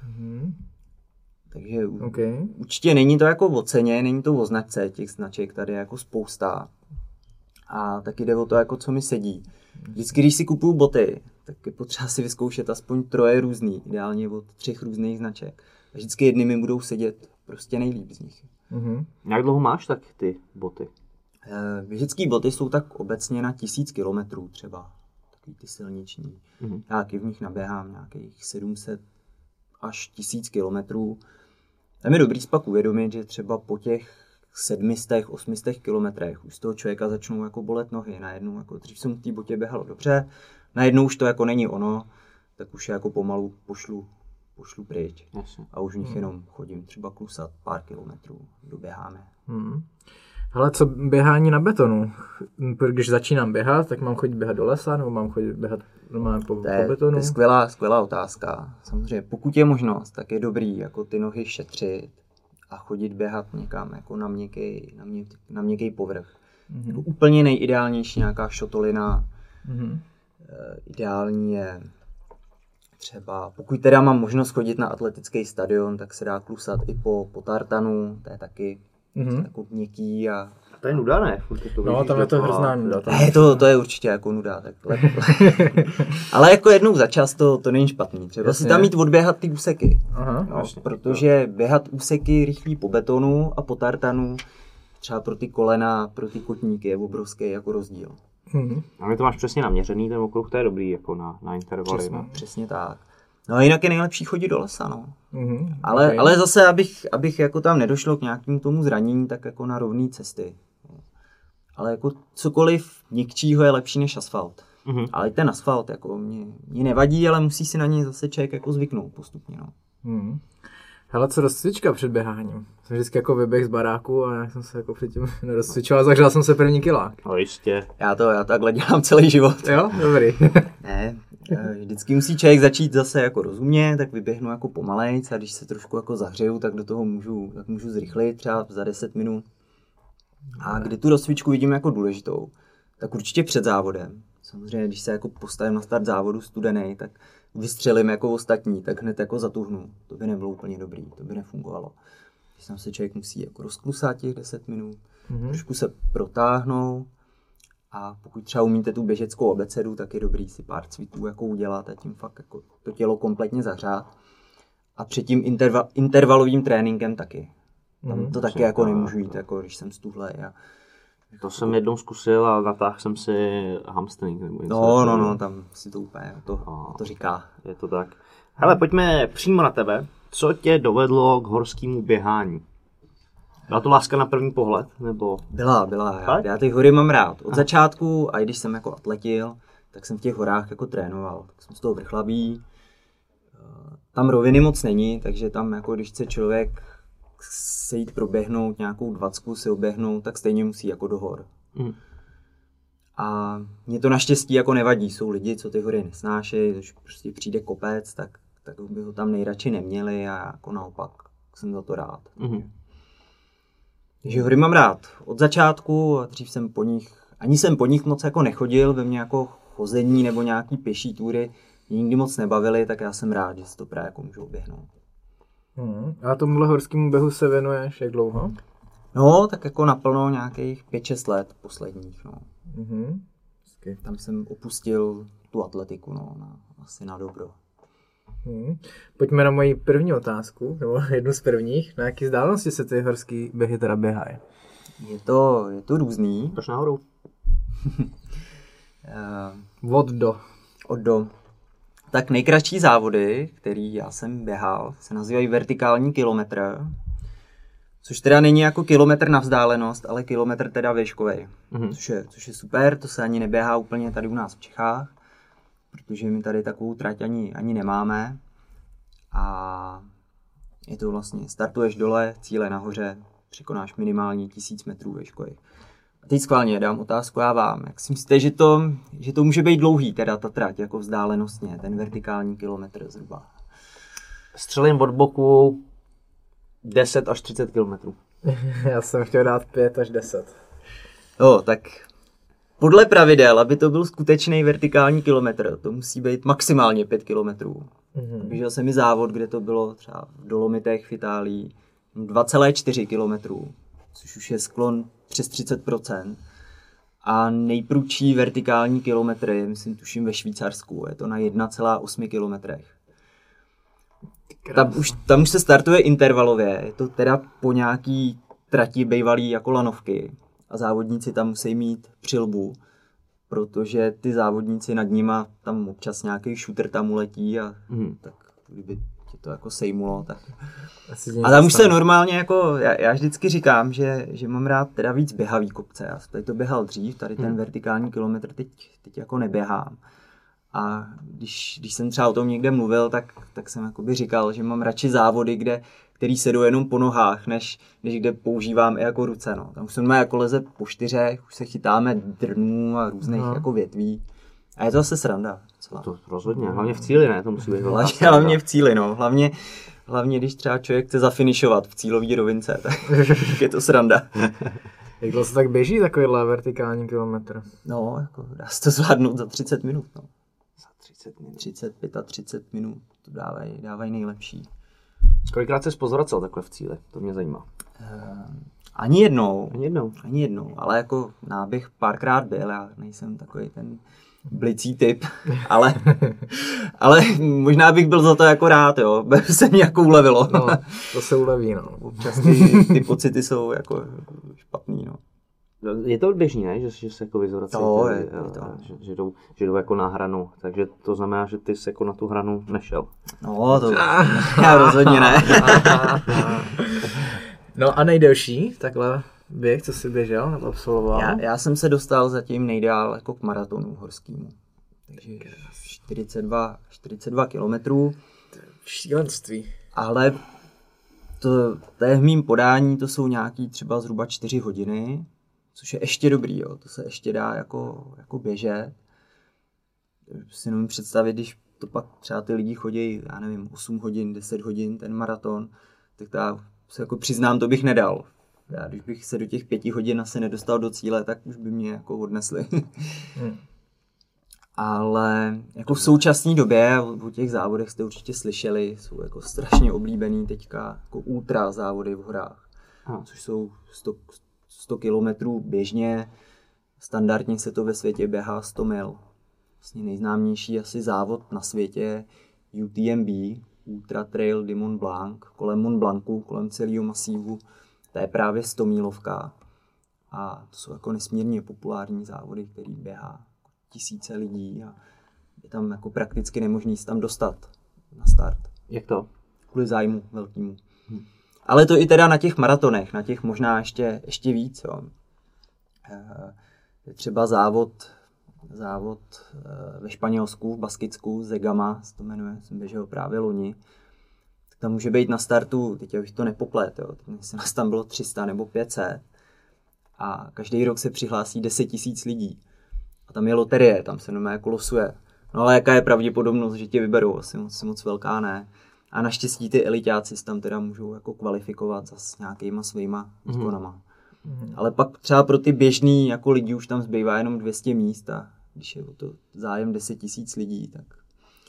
Takže určitě není to jako o ceně, není to o značce, těch značek tady je jako spousta. A taky jde o to, jako co mi sedí. Vždycky, když si kupuju boty, tak je potřeba si vyzkoušet aspoň 3 různý, ideálně od 3 různých značek. A vždycky jedny mi budou sedět prostě nejlíp z nich. Jak dlouho máš tak ty boty? Běžecký boty jsou tak obecně na 1000 kilometrů třeba, takový ty silniční. Já taky v nich naběhám nějakých 700 až 1000 kilometrů. Tam je dobrý pak uvědomit, že třeba po těch 700-800 kilometrech už z toho člověka začnou jako bolet nohy. Najednou, jako dřív jsem v té botě běhalo dobře, najednou už to jako není ono, tak už jako pomalu pošlu pryč. Jasně. A už v nich jenom chodím třeba klusat pár kilometrů, doběháme. Hele, co běhání na betonu? Když začínám běhat, tak mám chodit běhat do lesa, nebo mám chodit běhat normálně po betonu? To je skvělá otázka. Samozřejmě, pokud je možnost, tak je dobrý jako ty nohy šetřit a chodit běhat někam jako na měkký povrch. Jako úplně nejideálnější nějaká šotolina. Ideální je třeba, pokud teda mám možnost chodit na atletický stadion, tak se dá klusat i po tartanu, to je taky jako měkký a... To je nuda, ne? No, tam je to hrozná nuda. To je určitě jako nuda, tak ale jako jednou za čas to není špatný. Třeba si tam mít odběhat ty úseky. Protože běhat úseky rychlý po betonu a po tartanu třeba pro ty kolena, pro ty kotníky je obrovský jako rozdíl. A my to máš přesně naměřený, ten okruh, to je dobrý jako na intervaly. Přesně tak. No a jinak je nejlepší chodit do lesa, no. Ale zase, abych jako tam nedošlo k nějakému tomu zranění, tak jako na rovné cesty. Ale jako cokoliv měkčího je lepší než asfalt. Ale ten asfalt jako mě nevadí, ale musí si na něj zase člověk jako zvyknout postupně, no. Hele, co rozcvička před běháním? Jsem vždycky jako vyběh z baráku a já jsem se jako předtím nerozcvičoval, zahřál jsem se první kilák. No jistě. Já takhle dělám celý život. Jo, dobrý. Ne, vždycky musí člověk začít zase jako rozumně, tak vyběhnu jako pomalejc a když se trošku jako zahřeju, tak do toho můžu zrychlit třeba za 10 minut. A kdy tu rozcvičku vidím jako důležitou, tak určitě před závodem. Samozřejmě, když se jako postavím na start závodu studený, tak vystřelím jako ostatní, tak hned jako zatuhnu. To by nebylo úplně dobrý, to by nefungovalo. Když tam se člověk musí jako rozklusat těch 10 minut, trošku se protáhnout a pokud třeba umíte tu běžeckou abecedu, tak je dobrý si pár cviků jako udělat a tím fakt jako to tělo kompletně zahřát. A před tím intervalovým tréninkem taky. Tam to taky jako nemůžu jít, jako když jsem stuhlej. To jsem jednou zkusil a natáhl jsem si hamstring. No, tam si to úplně to říká. Je to tak. Hele, pojďme přímo na tebe. Co tě dovedlo k horskému běhání? Byla to láska na první pohled? Nebo... Byla. Já ty hory mám rád. Od začátku, a i když jsem jako atletil, tak jsem v těch horách jako trénoval. Tak jsem z toho vrchlabý. Tam roviny moc není, takže tam jako když chce člověk se jít proběhnout, nějakou 20 si oběhnout, tak stejně musí jako do hor. A mě to naštěstí jako nevadí. Jsou lidi, co ty hory nesnášejí, když prostě přijde kopec, tak by ho tam nejradši neměli a jako naopak jsem za to rád. Takže hory mám rád od začátku a dřív jsem po nich moc jako nechodil, ve mně jako chození nebo nějaký pěší túry mě nikdy moc nebavily, tak já jsem rád, že si to právě jako můžu oběhnout. A tomuhle horskému běhu se věnuješ jak dlouho? No, tak jako naplno nějakých 5-6 let posledních, no. Tam jsem opustil tu atletiku, no, asi na dobro. Pojďme na moji první otázku, nebo jednu z prvních. Na jaký vzdálenosti se ty horský běhy teda běhají? Je to různý. Proč nahoru? Od do. Tak nejkratší závody, který já jsem běhal, se nazývají vertikální kilometr, což teda není jako kilometr na vzdálenost, ale kilometr teda výškovej, což je super, to se ani neběhá úplně tady u nás v Čechách, protože my tady takovou trať ani nemáme a je to vlastně, startuješ dole, cíle nahoře, překonáš minimálně 1000 metrů výškových. A teď schválně dám otázku já vám. Jak si myslíte, že to může být dlouhý, teda ta trať, jako vzdálenostně, ten vertikální kilometr zhruba? Střelím od boku 10 až 30 kilometrů. Já jsem chtěl dát 5 až 10. Jo, tak podle pravidel, aby to byl skutečný vertikální kilometr, to musí být maximálně 5 kilometrů. Běžel jsem mi závod, kde to bylo třeba v Dolomitech v Itálii 2,4 kilometrů, což už je sklon přes 30%. A nejprudší vertikální kilometry, myslím, tuším ve Švýcarsku, je to na 1,8 kilometrech. Tam už se startuje intervalově, je to teda po nějaký trati bývalý jako lanovky a závodníci tam musí mít přilbu, protože ty závodníci nad nima, tam občas nějaký shooter tam uletí a tak kdyby tě to jako sejmulo, tak... A tam už se normálně jako, já vždycky říkám, že mám rád teda víc běhavý kopce, já jsem tady to běhal dřív, tady ten vertikální kilometr teď jako neběhám. A když jsem třeba o tom někde mluvil, tak jsem jakoby říkal, že mám radši závody, který se jdou jenom po nohách, než kde používám i jako ruce. No. Tam už se jako leze po 4, už se chytáme drnů a různých jako větví. A je to zase sranda. Celá. To rozhodně, hlavně v cíli, ne? To musí být hlavně v cíli, no. Hlavně když třeba člověk chce zafinišovat v cílové rovince, tak je to sranda. Jak dlouho se tak běží takovýhle vertikální kilometr? No, jako dá se to zvládnout za 30 minut, no. 35 a 30 minut, to dávají nejlepší. Kolikrát jsi pozvracel takhle v cíli? To mě zajímá. Ani jednou. Ani jednou, ale jako náběh párkrát byl, já nejsem takový ten blicí typ, ale možná bych byl za to jako rád, jo, se mi jako ulevilo. No, to se uleví, no. Občas ty pocity jsou jako špatný, no. Je to běžný, ne? Že se jako vyzvrací, že jdou jako na hranu, takže to znamená, že ty jsi jako na tu hranu nešel. No, to já rozhodně ne. No a nejdelší takhle běh, co jsi běžel nebo absolvoval? Já jsem se dostal zatím nejdál jako k maratonu horskému. Takže 42 kilometrů. Šílenství. Ale to je v mým podání, to jsou nějaký třeba zhruba 4 hodiny. Což je ještě dobrý, jo. To se ještě dá jako běžet. Si nemůžu představit, když to pak třeba ty lidi chodí, já nevím, 8 hodin, 10 hodin, ten maraton, tak to já se jako přiznám, to bych nedal. Já, když bych se do těch 5 hodin asi nedostal do cíle, tak už by mě jako odnesli. Ale jako v současné době, o těch závodech jste určitě slyšeli, jsou jako strašně oblíbený teďka jako ultra závody v horách, což jsou 100 kilometrů běžně, standardně se to ve světě běhá 100 mil. Vlastně nejznámější asi závod na světě UTMB, Ultra Trail du Mont Blanc, kolem Mont Blancu, kolem celého masívu, to je právě 100 mílovka. A to jsou jako nesmírně populární závody, který běhá tisíce lidí a je tam jako prakticky nemožný se tam dostat na start. Jak to? Kvůli zájmu velkému. Ale to i teda na těch maratonech, na těch možná ještě víc. Jo. Je třeba závod ve Španělsku, v Baskicku, Zegama, se to jmenuje, jsem běžel právě loni. Tak tam může být na startu, teď bych to nepoplet, jo. Myslím, že tam bylo 300 nebo 500 a každý rok se přihlásí 10 000 lidí. A tam je loterie, tam se normálně jako losuje. No ale jaká je pravděpodobnost, že tě vyberou? Asi moc velká ne. A naštěstí ty elitáci se tam teda můžou jako kvalifikovat s nějakýma svýma výkonama. Ale pak třeba pro ty běžný jako lidi už tam zbývá jenom 200 míst a když je o to zájem 10 000 lidí,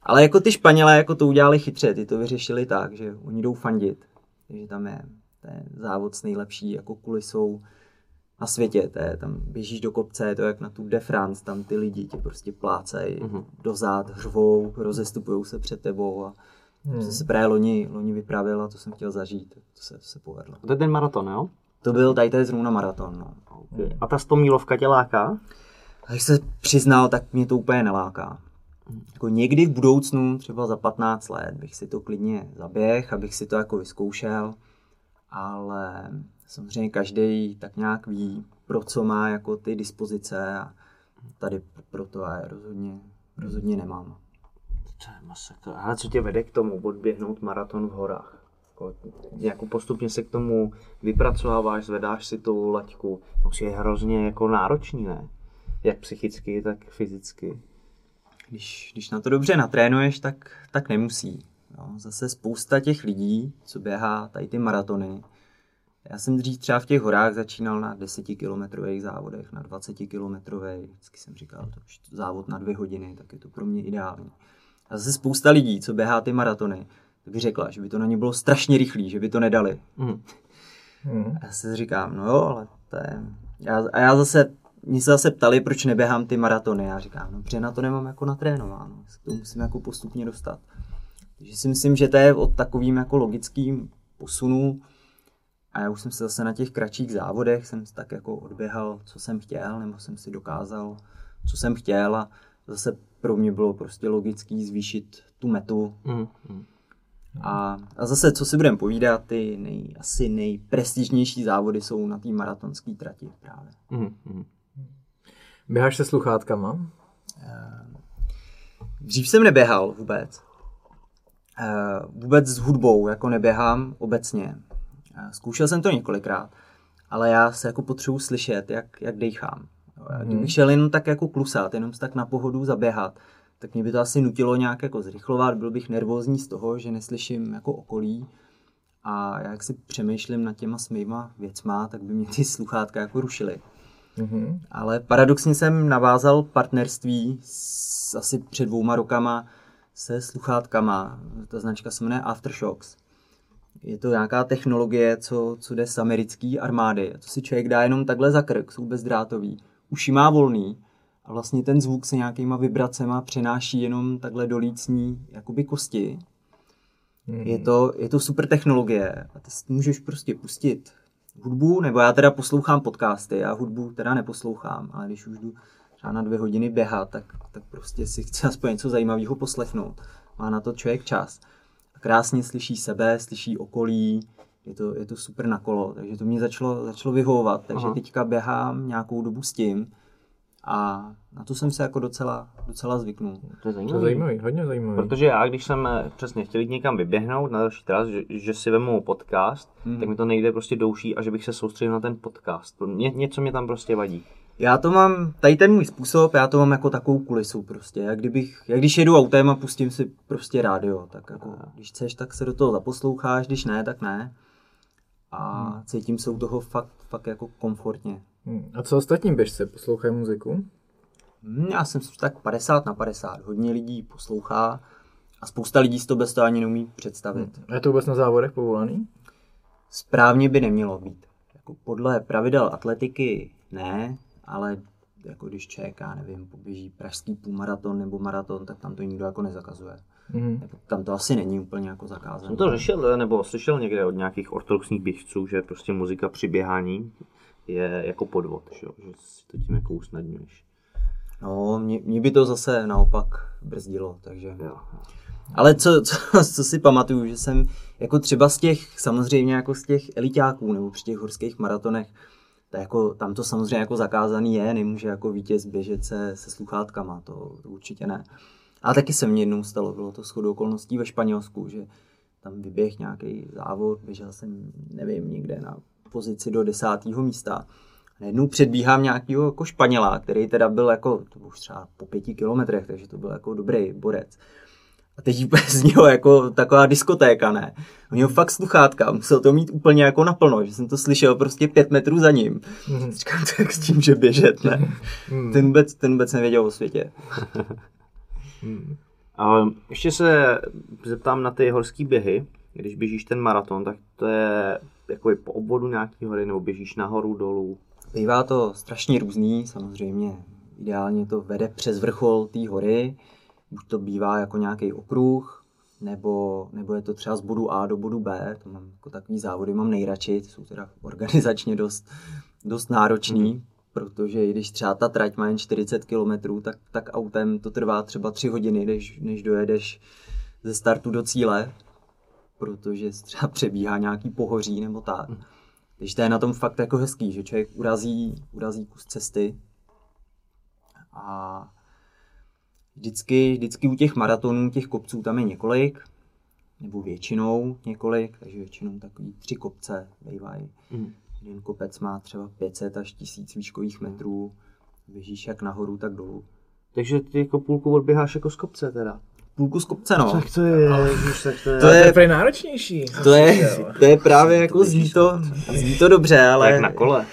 Ale jako ty Španělé jako to udělali chytře, ty to vyřešili tak, že oni jdou fandit. Takže tam je závod s nejlepší jako kulisou na světě. Tam běžíš do kopce, je to jak na Tour de France, tam ty lidi tě prostě plácejí do zád, hřvou, rozestupujou se před tebou a jsem se právě loni vypravil a to jsem chtěl zažít, to se povedlo. To je ten maraton, jo? To byl tady zrovna maraton, no. Okay. A ta 100 mílovka tě láká? A když se přiznal, tak mě to úplně neláká. Jako někdy v budoucnu, třeba za 15 let, bych si to klidně zaběhl, abych si to jako vyzkoušel, ale samozřejmě každý tak nějak ví, pro co má jako ty dispozice a tady pro to já rozhodně nemám. To je masakr. Ale co tě vede k tomu odběhnout maraton v horách? Jako postupně se k tomu vypracováváš, zvedáš si tu laťku. To je hrozně jako náročný, ne? Jak psychicky, tak fyzicky. Když na to dobře natrénuješ, tak nemusí. No, zase spousta těch lidí, co běhá tady ty maratony. Já jsem dřív třeba v těch horách začínal na 10-kilometrových závodech, na 20-kilometrových. Vždycky jsem říkal, to už závod na 2 hodiny, tak je to pro mě ideální. A zase spousta lidí, co běhá ty maratony, tak by řekla, že by to na ně bylo strašně rychlý, že by to nedali. A já si říkám, no jo, ale to je... Já zase, mě se zase ptali, proč neběhám ty maratony. Já říkám, no protože na to nemám jako natrénováno, to musím jako postupně dostat. Takže si myslím, že to je od takovým jako logickým posunu. A já už jsem se zase na těch kratších závodech jsem tak jako odběhal, co jsem chtěl, nebo jsem si dokázal, co jsem chtěl a zase pro mě bylo prostě logický zvýšit tu metu. A zase, co si budeme povídat, ty asi nejprestižnější závody jsou na té maratonské trati právě. Běháš se sluchátkama? Dřív jsem neběhal vůbec. Vůbec s hudbou, jako neběhám obecně. Zkoušel jsem to několikrát, ale já se jako potřebuji slyšet, jak dejchám. Kdybych šel jenom tak jako klusat, jenom tak na pohodu zaběhat, tak mě by to asi nutilo nějak jako zrychlovat, byl bych nervózní z toho, že neslyším jako okolí a já jak si přemýšlím nad těma svýma věcma, tak by mě ty sluchátka jako rušily. Ale paradoxně jsem navázal partnerství asi před 2 rokama se sluchátkama. Ta značka se jmenuje Aftershocks. Je to nějaká technologie, co jde z americké armády. To si člověk dá jenom takhle za krk, jsou bezdrátový. Uši má volný a vlastně ten zvuk se nějakýma vibracema přenáší jenom takhle do lícní jakoby kosti. Je to super technologie a ty můžeš prostě pustit hudbu, nebo já teda poslouchám podcasty, já hudbu teda neposlouchám, ale když už jdu třeba na 2 hodiny běhat, tak prostě si chci aspoň něco zajímavého poslechnout. Má na to člověk čas. A krásně slyší sebe, slyší okolí, je to super na kolo, takže to mě začalo vyhovovat, takže teďka běhám nějakou dobu s tím a na to jsem se jako docela zvyknul. To je zajímavý, hodně zajímavý. Protože já, když jsem přesně chtěl jít někam vyběhnout na další tras, že si vemu podcast, tak mi to nejde prostě do uší a že bych se soustředil na ten podcast. Něco mě tam prostě vadí. Já to mám, tady ten můj způsob, já to mám jako takovou kulisu prostě, jak když jedu autem a pustím si prostě rádio, tak jako když chceš, tak se do toho zaposloucháš, když ne, tak ne. A cítím se u toho fakt jako komfortně. A co ostatní běžci, poslouchají muziku? Já jsem tak 50/50, hodně lidí poslouchá a spousta lidí si to bez toho ani neumí představit. Je to vůbec na závodech povolaný? Správně by nemělo být. Jako podle pravidel atletiky ne, ale jako když člověk, já nevím, poběží pražský půlmaraton nebo maraton, tak tam to nikdo jako nezakazuje. Tam to asi není úplně jako zakázané. Jsem to řešil, nebo slyšel někde od nějakých ortodoxních běžců, že prostě muzika při běhání je jako podvod, že si to tím jako usnadňuješ. No, mě by to zase naopak brzdilo, takže... Jo. Ale co si pamatuju, že jsem jako třeba samozřejmě jako z těch eliťáků nebo při těch horských maratonech, jako, tam to samozřejmě jako zakázaný je, nemůže jako vítěz běžet se sluchátkama, to určitě ne. A taky se mně jednou stalo, bylo to shodou okolností ve Španělsku, že tam vyběh nějaký závod, běžel jsem, nevím, někde na pozici do 10. místa. Najednou předbíhám nějakýho jako Španěla, který teda byl jako, to už třeba po 5 kilometrech, takže to byl jako dobrý borec. A teď z něho jako taková diskotéka, ne? On měl fakt sluchátka, musel to mít úplně jako naplno, že jsem to slyšel prostě 5 metrů za ním. Říkám, tak s tím, že běžet, ne? Ten vůbec nevěděl o světě. Ještě se zeptám na ty horské běhy. Když běžíš ten maraton, tak to je jako po obvodu nějaký hory, nebo běžíš nahoru, dolů? Bývá to strašně různý, samozřejmě ideálně to vede přes vrchol té hory, buď to bývá jako nějaký okruh, nebo je to třeba z bodu A do bodu B, to mám jako takový závody, mám nejradši, ty jsou teda organizačně dost náročný, protože i když třeba ta trať má jen 40 km, tak autem to trvá třeba 3 hodiny, než dojedeš ze startu do cíle, protože třeba přebíhá nějaký pohoří nebo tak. Takže to je na tom fakt jako hezký, že člověk urazí kus cesty. A vždycky u těch maratonů, těch kopců tam je několik, nebo většinou několik, takže většinou takový 3 kopce bývají. Jeden kopec má třeba 500 až 1000 výškových metrů, běžíš jak nahoru, tak dolů. Takže ty jako půlku odběháš jako z kopce teda? Půlku z kopce, no. Tak to je, to je prý náročnější. To je právě jako zní to dobře, ale... Jak na kole.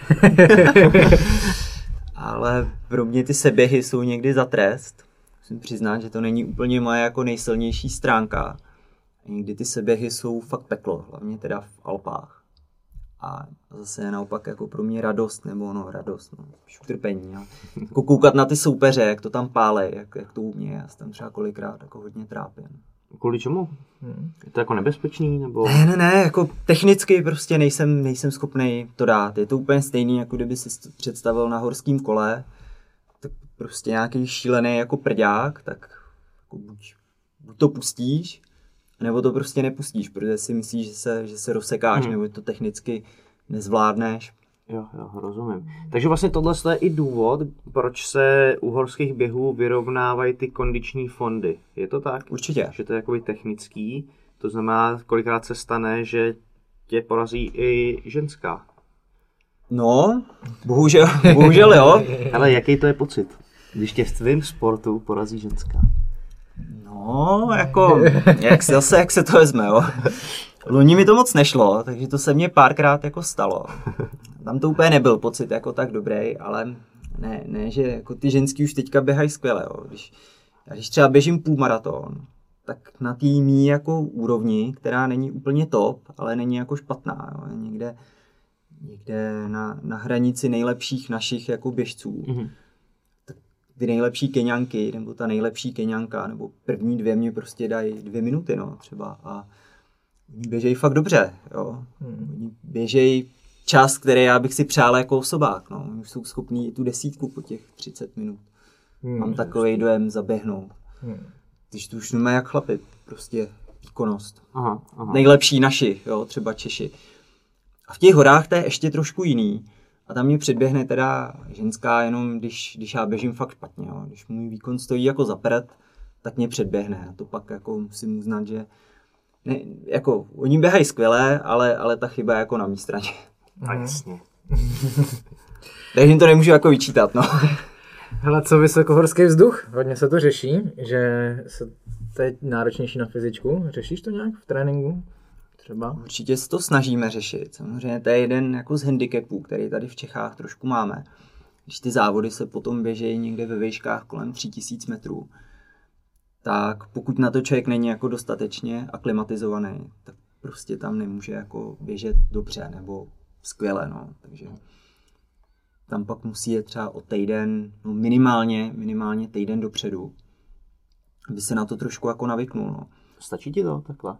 Ale pro mě ty seběhy jsou někdy za trest. Musím přiznat, že to není úplně moje jako nejsilnější stránka. Někdy ty seběhy jsou fakt peklo, hlavně teda v Alpách. A zase je naopak jako pro mě radost, spíš utrpení. Jako koukat na ty soupeře, jak to tam pálej, jak to umějí, já se tam třeba kolikrát jako hodně trápím. Kvůli čemu? Je to jako nebezpečný, nebo? Ne, jako technicky prostě nejsem schopný to dát. Je to úplně stejný, jako kdyby si představil na horském kole, tak prostě nějaký šílený jako prďák, tak jako buď to pustíš, nebo to prostě nepustíš, protože si myslíš, že se rozsekáš, nebo to technicky nezvládneš. Jo, rozumím. Takže vlastně tohle je i důvod, proč se u horských běhů vyrovnávají ty kondiční fondy. Je to tak? Určitě. Že to je jakoby technický, to znamená, kolikrát se stane, že tě porazí i ženská. No, bohužel jo. Ale jaký to je pocit, když tě v tvém sportu porazí ženská? No, jako, jak se to vezme, jo. Loni mi to moc nešlo, takže to se mně párkrát jako stalo. Tam to úplně nebyl pocit jako tak dobrý, ale ne, že jako ty ženský už teďka běhají skvěle, jo. Když třeba běžím půlmaraton, tak na té mý jako úrovni, která není úplně top, ale není jako špatná, jo. Někde na hranici nejlepších našich jako běžců. Tak ty nejlepší Keňanky, nebo ta nejlepší Keňanka, nebo první 2 mě prostě dají 2 minuty, no, třeba. A oni běžejí fakt dobře, jo. Oni běžejí čas, který já bych si přál jako osobák, no. Oni jsou schopní tu 10 po těch 30 minut. Mám takovej dojem zaběhnout. Když to už nemá jak chlapi, prostě výkonnost. Aha. Nejlepší naši, jo, třeba Češi. A v těch horách to je ještě trošku jiný. A tam mě předběhne teda ženská jenom, když já běžím fakt špatně, jo. Když můj výkon stojí jako za prd, tak mě předběhne. A to pak jako musím uznat, že ne, jako, oni běhají skvěle, ale ta chyba je jako na mý straně. A jasně. Takže jim to nemůžu jako vyčítat, no. Hele, co vysokohorský vzduch? Hodně se to řeší, že to je náročnější na fyzičku. Řešíš to nějak v tréninku? Třeba? Určitě se to snažíme řešit. Samozřejmě to je jeden jako z handicapů, který tady v Čechách trošku máme. Když ty závody se potom běžejí někde ve výškách kolem 3000 metrů, tak pokud na to člověk není jako dostatečně aklimatizovaný, tak prostě tam nemůže jako běžet dobře nebo skvěle, no. Takže tam pak musí jet třeba o týden, no minimálně týden dopředu, aby se na to trošku jako navyknul, no. Stačí ti to takhle?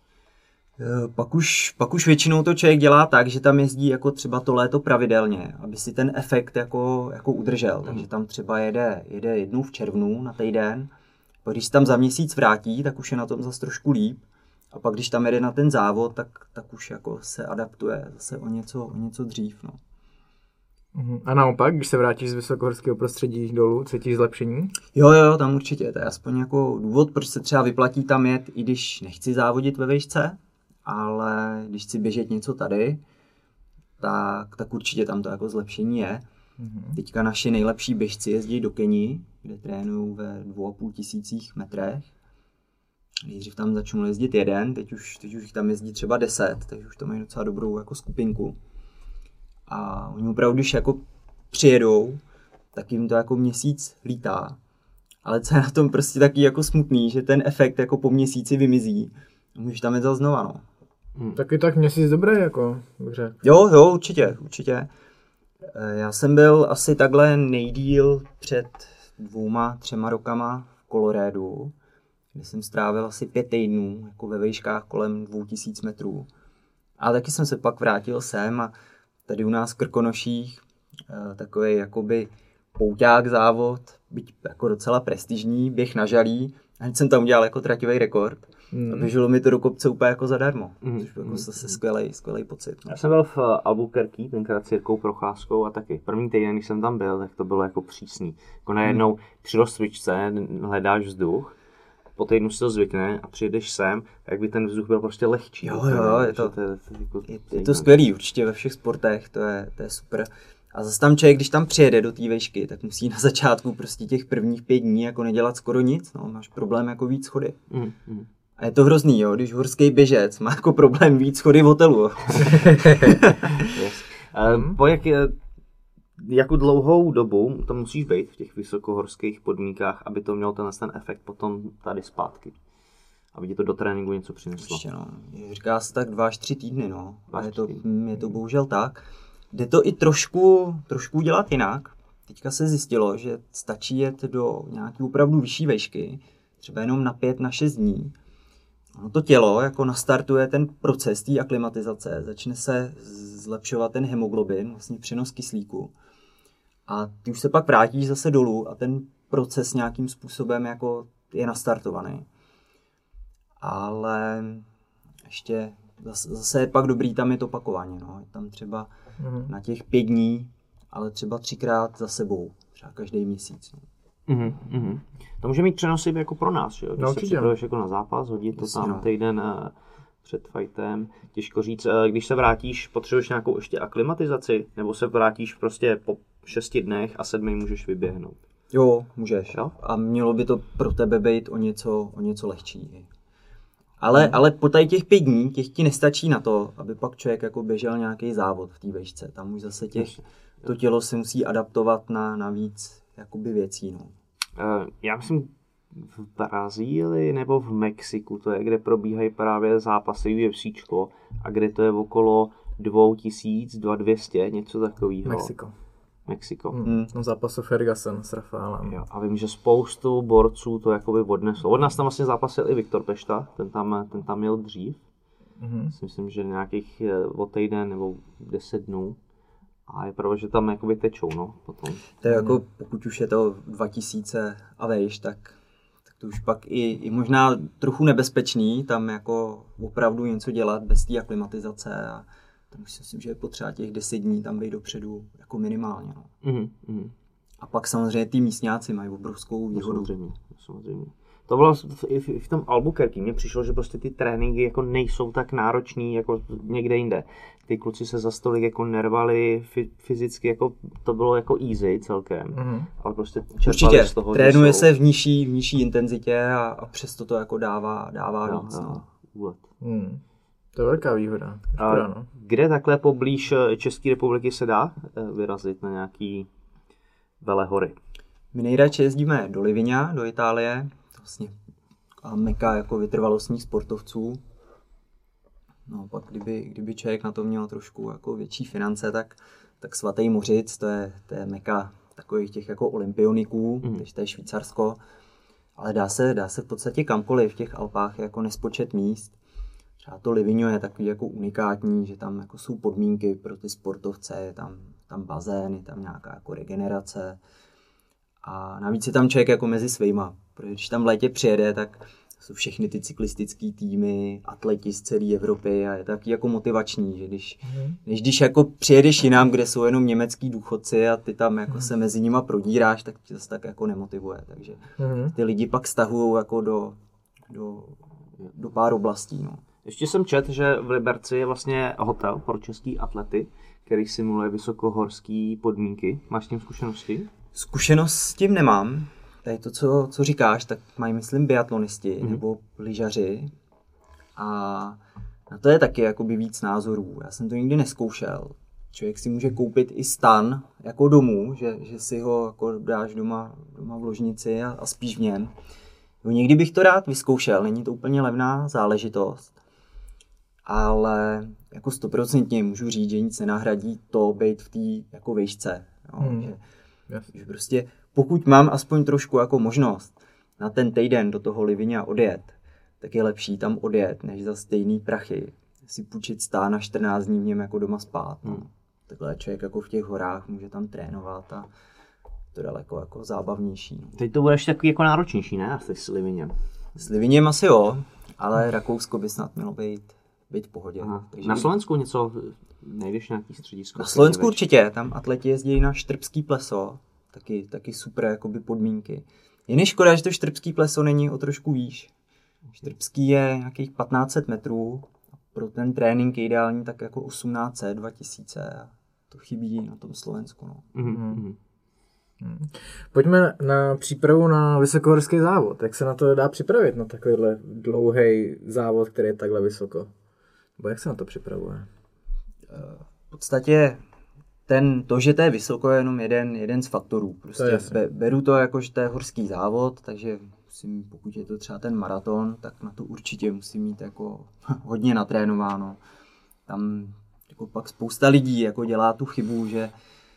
Pak už většinou to člověk dělá tak, že tam jezdí jako třeba to léto pravidelně, aby si ten efekt jako udržel. Takže tam třeba jede jednou v červnu na týden, pak když se tam za měsíc vrátí, tak už je na tom zase trošku líp. A pak když tam jede na ten závod, tak už jako se adaptuje zase o něco dřív. No. A naopak, když se vrátíš z vysokohorského prostředí dolů, cítíš zlepšení? Jo, tam určitě. To je aspoň jako důvod, proč se třeba vyplatí tam jet, i když nechci závodit ve výšce, ale když chci běžet něco tady, tak určitě tam to jako zlepšení je. Teďka naši nejlepší běžci jezdí do Keni, kde trénují ve 2500 metrech. Nejdřív tam začnou jezdit jeden, teď už jich tam jezdí třeba 10, takže už to mají docela dobrou jako skupinku. A oni opravdu, když jako přijedou, tak jim to jako měsíc lítá. Ale co je na tom prostě taky jako smutný, že ten efekt jako po měsíci vymizí. Můžeš tam jít zase znova, no. Taky tak měsíc dobrý, jako bych řekl. Jo, určitě. Já jsem byl asi takhle nejdýl před 2-3 rokama v Coloradu, kde jsem strávil asi 5 týdnů, jako ve výškách kolem 2000 metrů. A taky jsem se pak vrátil sem a tady u nás v Krkonoších takový jakoby pouťák závod, byť jako docela prestižní, běh na žalí. A hned jsem tam udělal jako traťový rekord. A běželo mi to do kopce úplně jako zadarmo. Což byl jako zase skvělej pocit. Já jsem byl v Albuquerque, tenkrát s Jirkou Procházkou a taky první týden, když jsem tam byl, tak to bylo jako přísný. Jako najednou při rozcvičce hledáš vzduch, po týdnu si to zvykne a přijedeš sem, jak by ten vzduch byl prostě lehčí. Jo, je to skvělý, určitě ve všech sportech, to je super. A zase tam člověk, když tam přijede do té vejšky, tak musí na začátku prostě těch prvních 5 dní jako nedělat skoro nic, no, máš problém jako víc schody. A je to hrozný, jo, když horský běžec má jako problém víc schody v hotelu. Po jakou dlouhou dobu to musíš být v těch vysokohorských podmínkách, aby to mělo ten efekt potom tady zpátky? Aby ti to do tréninku něco přineslo? Ještě, no. Říká se tak 2 až 3 týdny, no. A je to bohužel tak. Jde to i trošku dělat jinak. Teďka se zjistilo, že stačí jet do nějaké opravdu vyšší výšky, třeba jenom na 5-6 dní. No to tělo jako nastartuje ten proces té aklimatizace, začne se zlepšovat ten hemoglobin, vlastně přenos kyslíku. A ty už se pak vrátíš zase dolů a ten proces nějakým způsobem jako je nastartovaný. Ale ještě zase je pak dobrý tam je to opakování. No. Je tam třeba na těch 5 dní, ale třeba 3krát za sebou, třeba každý měsíc. No. To může mít přenosy jako pro nás, že? Když se připravuješ jako na zápas, hodit to tam týden před fightem. Těžko říct, když se vrátíš, potřebuješ nějakou ještě aklimatizaci, nebo se vrátíš prostě po 6 dnech a 7 můžeš vyběhnout? Jo, můžeš. Jo? A mělo by to pro tebe být o něco lehčí. Ale po tady těch 5 dní, těch ti nestačí na to, aby pak člověk jako běžel nějaký závod v té vejšce. Tam už zase to tělo se musí adaptovat na víc jakoby věcí. No. Já myslím v Brazílii nebo v Mexiku, to je, kde probíhají právě zápasy UFCčko a kde to je okolo 2000, 2200, něco takového. Mexiko. Tam zápasu Ferguson s Rafaelem. Jo, a vím, že spoustu borců to jakoby odneslo. Od nás tam vlastně zápasil i Viktor Pešta, ten tam měl dřív. Myslím, že nějakých o týden nebo 10 dnů. A je pravda, že tam jakoby tečou, no, potom. To je jako, pokud už je to 2000 a vejš, tak to už pak i možná trochu nebezpečný tam jako opravdu něco dělat bez té aklimatizace a tam už si myslím, že je potřeba těch 10 dní tam být dopředu jako minimálně, no. A pak samozřejmě ty místňáci mají obrovskou výhodu. Samozřejmě. To bylo v tom Albuquerque, mně přišlo, že prostě ty tréninky jako nejsou tak náročný jako někde jinde. Ty kluci se za stolik jako nervali fyzicky, jako to bylo jako easy celkem. Ale prostě čerpali z toho, trénuje se v nižší intenzitě a přesto to jako dává víc. No. To je velká výhoda. No. Kde takhle poblíž České republiky se dá vyrazit na nějaký velehory? My nejradši jezdíme do Livigna, do Itálie, vlastně meka jako vytrvalostních sportovců. No pak kdyby člověk na to měl trošku jako větší finance, tak Svatý Mořic, to je meka takových těch jako olympioniků, takže to je Švýcarsko. Ale dá se v podstatě kamkoliv, v těch Alpách je jako nespočet míst. Třeba to Livigno je takový jako unikátní, že tam jako jsou podmínky pro ty sportovce, je tam bazén, je tam nějaká jako regenerace. A navíc je tam člověk jako mezi svýma, protože když tam v létě přijede, tak jsou všechny ty cyklistické týmy, atleti z celé Evropy a je taky jako motivační, že když jako přijedeš jinam, kde jsou jenom německý důchodci a ty tam jako se mezi nima prodíráš, tak tě zase tak jako nemotivuje, takže ty lidi pak stahujou jako do pár oblastí. No. Ještě jsem četl, že v Liberci je vlastně hotel pro český atlety, který simuluje vysokohorský podmínky. Máš s tím zkušenosti? Zkušenost s tím nemám. Tady to, co říkáš, tak mají, myslím, biatlonisti nebo lyžaři. A na to je taky jakoby víc názorů. Já jsem to nikdy nezkoušel. člověk si může koupit i stan jako domů, že si ho jako dáš doma v ložnici a spíš v něm. Jo, někdy bych to rád vyzkoušel, není to úplně levná záležitost, ale jako 100% můžu říct, že nic nenahradí to být v té jako výšce. Jo, že prostě pokud mám aspoň trošku jako možnost na ten týden do toho Liviňa odjet, tak je lepší tam odjet, než za stejný prachy si půjčit stán na 14 dní v něm jako doma spát. No. Takhle člověk jako v těch horách může tam trénovat a to daleko jako zábavnější. No. Teď to bude ještě takový jako náročnější, ne? Asi s Liviněm. S Liviněm asi jo, ale Rakousko by snad mělo být v pohodě. Takže na Slovensku něco, nejdeš nějaký středisko? Na Slovensku určitě, tam atleti jezdí na Štrbský pleso, taky super jakoby podmínky. Jen škoda, že to Štrbský pleso není o trošku výš. Štrbský je nějakých 1500 metrů, pro ten trénink je ideální tak jako 1800, 2000. To chybí na tom Slovensku. No. Pojďme na přípravu na vysokohorský závod. Jak se na to dá připravit, na takovýhle dlouhý závod, který je takhle vysoko? Nebo jak se na to připravuje? V podstatě že to je vysoko, je jenom jeden z faktorů. Prostě beru to jako, že to je horský závod, takže pokud je to třeba ten maraton, tak na to určitě musím mít jako hodně natrénováno. Tam jako pak spousta lidí jako dělá tu chybu, že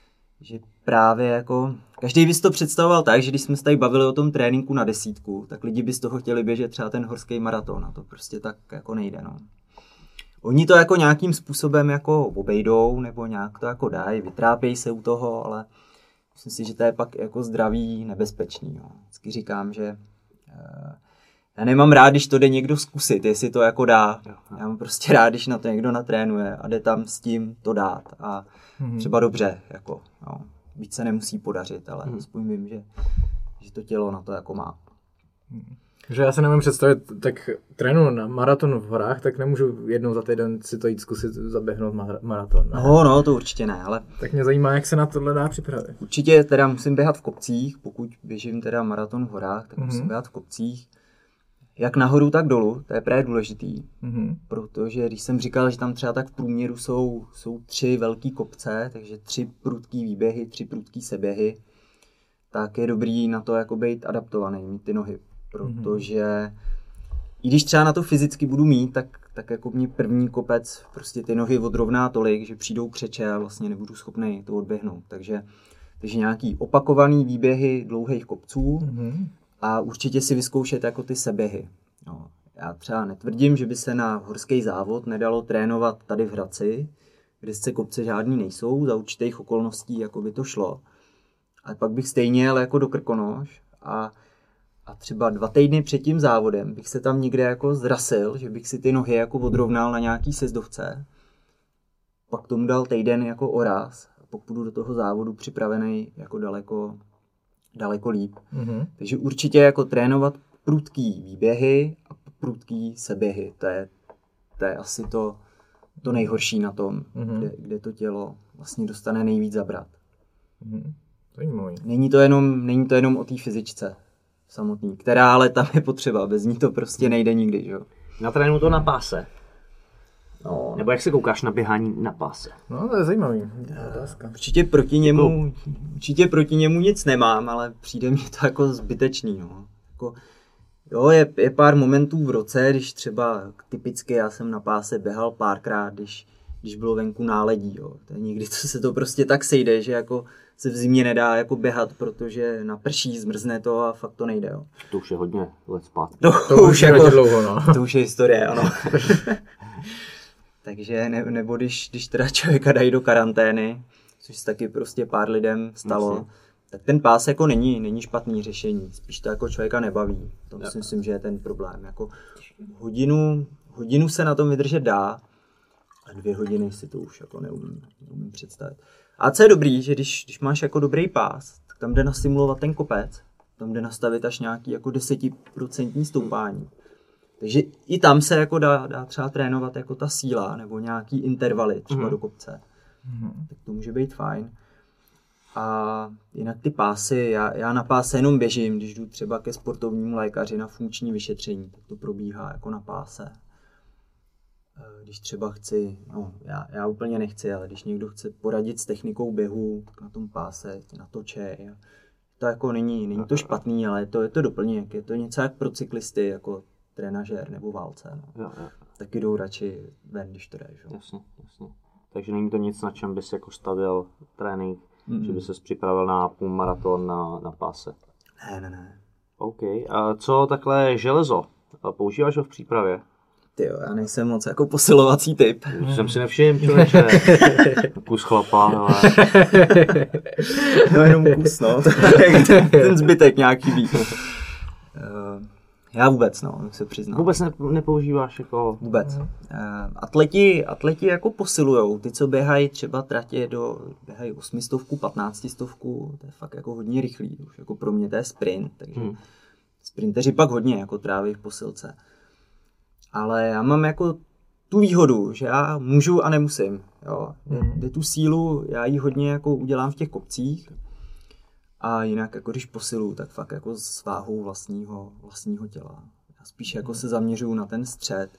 právě jako každý by si to představoval tak, že když jsme se tady bavili o tom tréninku na 10, tak lidi by z toho chtěli běžet třeba ten horský maraton a to prostě tak jako nejde. No. Oni to jako nějakým způsobem jako obejdou nebo nějak to jako dají, vytrápějí se u toho, ale myslím si, že to je pak jako zdraví nebezpečný. Jo. Vždycky říkám, že já nemám rád, když to jde někdo zkusit, jestli to jako dá. Já mám prostě rád, když na to někdo natrénuje a jde tam s tím to dát. A třeba dobře, jako, no, víc se nemusí podařit, ale aspoň vím, že to tělo na to jako má. Že já se nemůžu představit, tak trénuji na maraton v horách, tak nemůžu jednou za týden si to jít zkusit zaběhnout maraton. Ne? No, to určitě ne, ale... Tak mě zajímá, jak se na tohle dá připravit. Určitě teda musím běhat v kopcích, pokud běžím teda maraton v horách, tak musím běhat v kopcích. Jak nahoru, tak dolů, to je právě důležitý, protože když jsem říkal, že tam třeba tak v průměru jsou 3 velký kopce, takže 3 prudký výběhy, 3 prudký seběhy, tak je dobrý na to jako být adaptovaný, mít ty nohy, protože i když třeba na to fyzicky budu mít, tak jako mě první kopec prostě ty nohy odrovná tolik, že přijdou křeče a vlastně nebudu schopný to odběhnout, takže nějaký opakovaný výběhy dlouhých kopců, a určitě si vyzkoušet jako ty seběhy. No, já třeba netvrdím, že by se na horský závod nedalo trénovat tady v Hradci, kde se kopce žádný nejsou, za určitých okolností jako by to šlo. Ale pak bych stejně jel jako do Krkonoš a třeba 2 týdny před tím závodem bych se tam někde jako zrasil, že bych si ty nohy jako odrovnal na nějaký sjezdovce. Pak tomu dal týden jako oraz a pak půjdu do toho závodu připravený jako daleko líp. Takže určitě jako trénovat prudký výběhy a prudký seběhy. To je asi to nejhorší na tom, kde to tělo vlastně dostane nejvíc zabrat. Není to jenom o té fyzičce samotný, která ale tam je potřeba, bez ní to prostě nejde nikdy. Že? Natrénuju to na páse. No, nebo jak se koukáš na běhání na páse? No, to je zajímavý otázka. Určitě proti němu nic nemám, ale přijde mi to jako zbytečný. No. Jako, jo, je pár momentů v roce, když třeba typicky já jsem na páse běhal párkrát, když bylo venku náledí. Jo. To je někdy se to prostě tak sejde, že jako se v zimě nedá jako běhat, protože naprší, zmrzne to a fakt to nejde. Jo. To už je hodně let zpátky. To už je jako dlouho, no. To už je historie, ano. Takže nebo když teda člověka dají do karantény, což se taky prostě pár lidem stalo, tak ten pás jako není špatný řešení. Spíš to jako člověka nebaví. To si myslím, že je ten problém. Jako hodinu se na tom vydržet dá, a 2 hodiny si to už jako neumím představit. A co je dobrý, že když máš jako dobrý pás, tak tam jde nasimulovat ten kopec, tam jde nastavit až nějaký jako 10% stoupání. Takže i tam se jako dá třeba trénovat jako ta síla nebo nějaký intervaly třeba do kopce. Tak to může být fajn. A jinak ty pásy, já na páse jenom běžím, když jdu třeba ke sportovnímu lékaři na funkční vyšetření, tak to probíhá jako na páse. Když třeba chci, já úplně nechci, ale když někdo chce poradit s technikou běhu, tak na tom páse, natočej. To jako není to špatný, ale je to doplněk, je to něco jak pro cyklisty, jako trenažér nebo válce. No. Jo. Tak jdou radši ven, když to jdeš. Jasně. Takže není to nic, na čem bys jako stavěl trénink, že by ses připravil na půlmaraton na páse? Ne. OK. A co takhle železo? Používáš ho v přípravě? Tyjo, já nejsem moc jako posilovací typ. Už jsem si nevšiml, člověče. Kus chlapa, ale... No jenom kus, no. Ten zbytek nějak chybí. Já vůbec, no, se přiznám. Vůbec nepoužíváš jako... Vůbec. Atleti jako posilujou. Ty, co běhají třeba tratě běhají 800, 1500, to je fakt jako hodně rychlý. Už jako pro mě to je sprint, takže sprinteři pak hodně jako tráví v posilce. Ale já mám jako tu výhodu, že já můžu a nemusím. Jo. Kde tu sílu, já ji hodně jako udělám v těch kopcích. A jinak, jako když posiluju, tak fakt jako s váhou vlastního těla. Já spíš jako se zaměřuju na ten střed.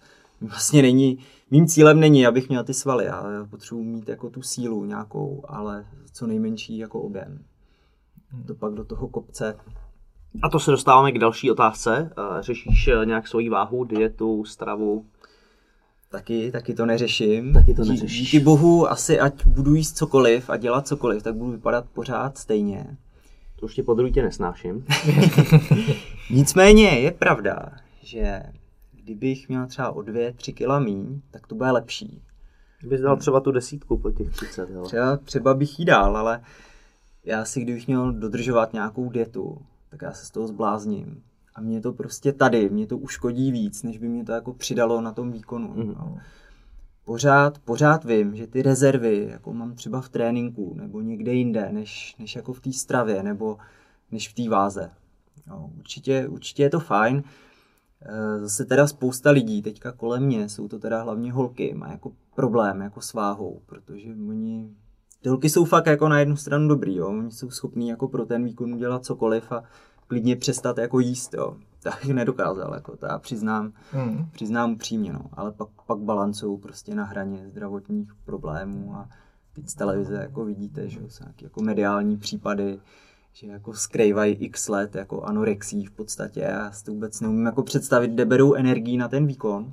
Mým cílem není, abych měl ty svaly. Já potřebuji mít jako tu sílu nějakou, ale co nejmenší jako objem. To pak do toho kopce. A to se dostáváme k další otázce. Řešíš nějak svoji váhu, dietu, stravu? Taky to neřeším. Taky to neřešíš. Díky bohu, asi ať budu jíst cokoliv a dělat cokoliv, tak budu vypadat pořád stejně. To už po druhé nesnáším. Nicméně je pravda, že kdybych měl třeba o 2-3 kila míň, tak to bude lepší. Bys dal třeba tu 10 po těch 30, jo? Třeba bych jí dal, ale já si kdybych měl dodržovat nějakou dietu, tak já se z toho zblázním. A mě to prostě mě to uškodí víc, než by mě to jako přidalo na tom výkonu. No. Pořád vím, že ty rezervy jako mám třeba v tréninku nebo někde jinde, než jako v té stravě nebo než v té váze. No, určitě je to fajn. Zase teda spousta lidí teďka kolem mě, jsou to teda hlavně holky, má jako problém jako s váhou, protože ty holky jsou fakt jako na jednu stranu dobrý, jo? Oni jsou schopní jako pro ten výkon udělat cokoliv a klidně přestat jako jíst, jo. Tak nedokázal, jako to já přiznám upřímně, no. Ale pak balancují prostě na hraně zdravotních problémů a teď z televize jako vidíte, že jsou nějaké jako mediální případy, že jako skrývají x let jako anorexii v podstatě a já si to vůbec neumím jako představit, kde berou energii na ten výkon,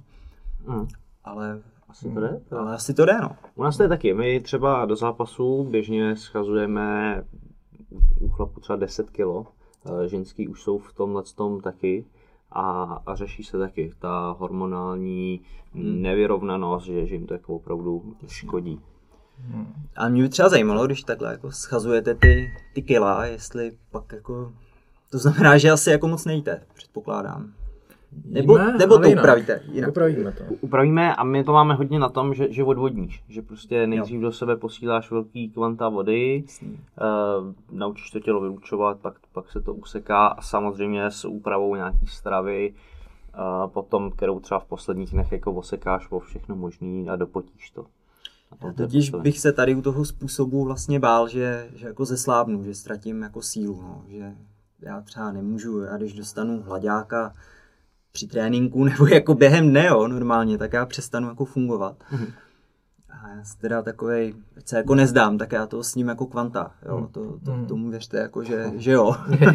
ale asi to jde, no. U nás to je taky, my třeba do zápasu běžně schazujeme u chlapů třeba 10 kilo, ženský už jsou v tomhletom taky a řeší se taky ta hormonální nevyrovnanost, že jim to jako opravdu škodí. A mě by třeba zajímalo, když takhle jako schazujete ty kila, jestli pak jako, to znamená, že asi jako moc nejíte, předpokládám. Nebo to upravíte jinak? Upravíme a my to máme hodně na tom, že odvodníš, že prostě nejdřív do sebe posíláš velký kvanta vody, naučíš to tělo vylučovat, pak se to useká a samozřejmě s úpravou nějaký stravy, potom, kterou třeba v posledních dnech jako osekáš o všechno možný a dopotíš to. Totiž bych se tady u toho způsobu vlastně bál, že jako zeslábnu, že ztratím jako sílu, no, že já třeba nemůžu, já když dostanu hlaďáka při tréninku nebo jako během dne, jo, normálně, tak já přestanu jako fungovat. A já se teda takovej, ať se jako nezdám, tak já to s ním jako kvanta, jo, tomu věřte, jako, že jo.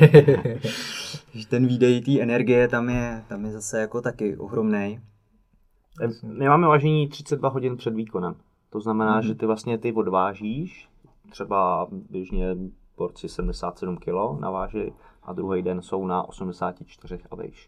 Že ten výdej té energie tam je zase jako taky ohromnej. My máme vážení 32 hodin před výkonem. To znamená, že ty odvážíš, třeba běžně borci 77 kg na váži a druhý den jsou na 84 a vejš.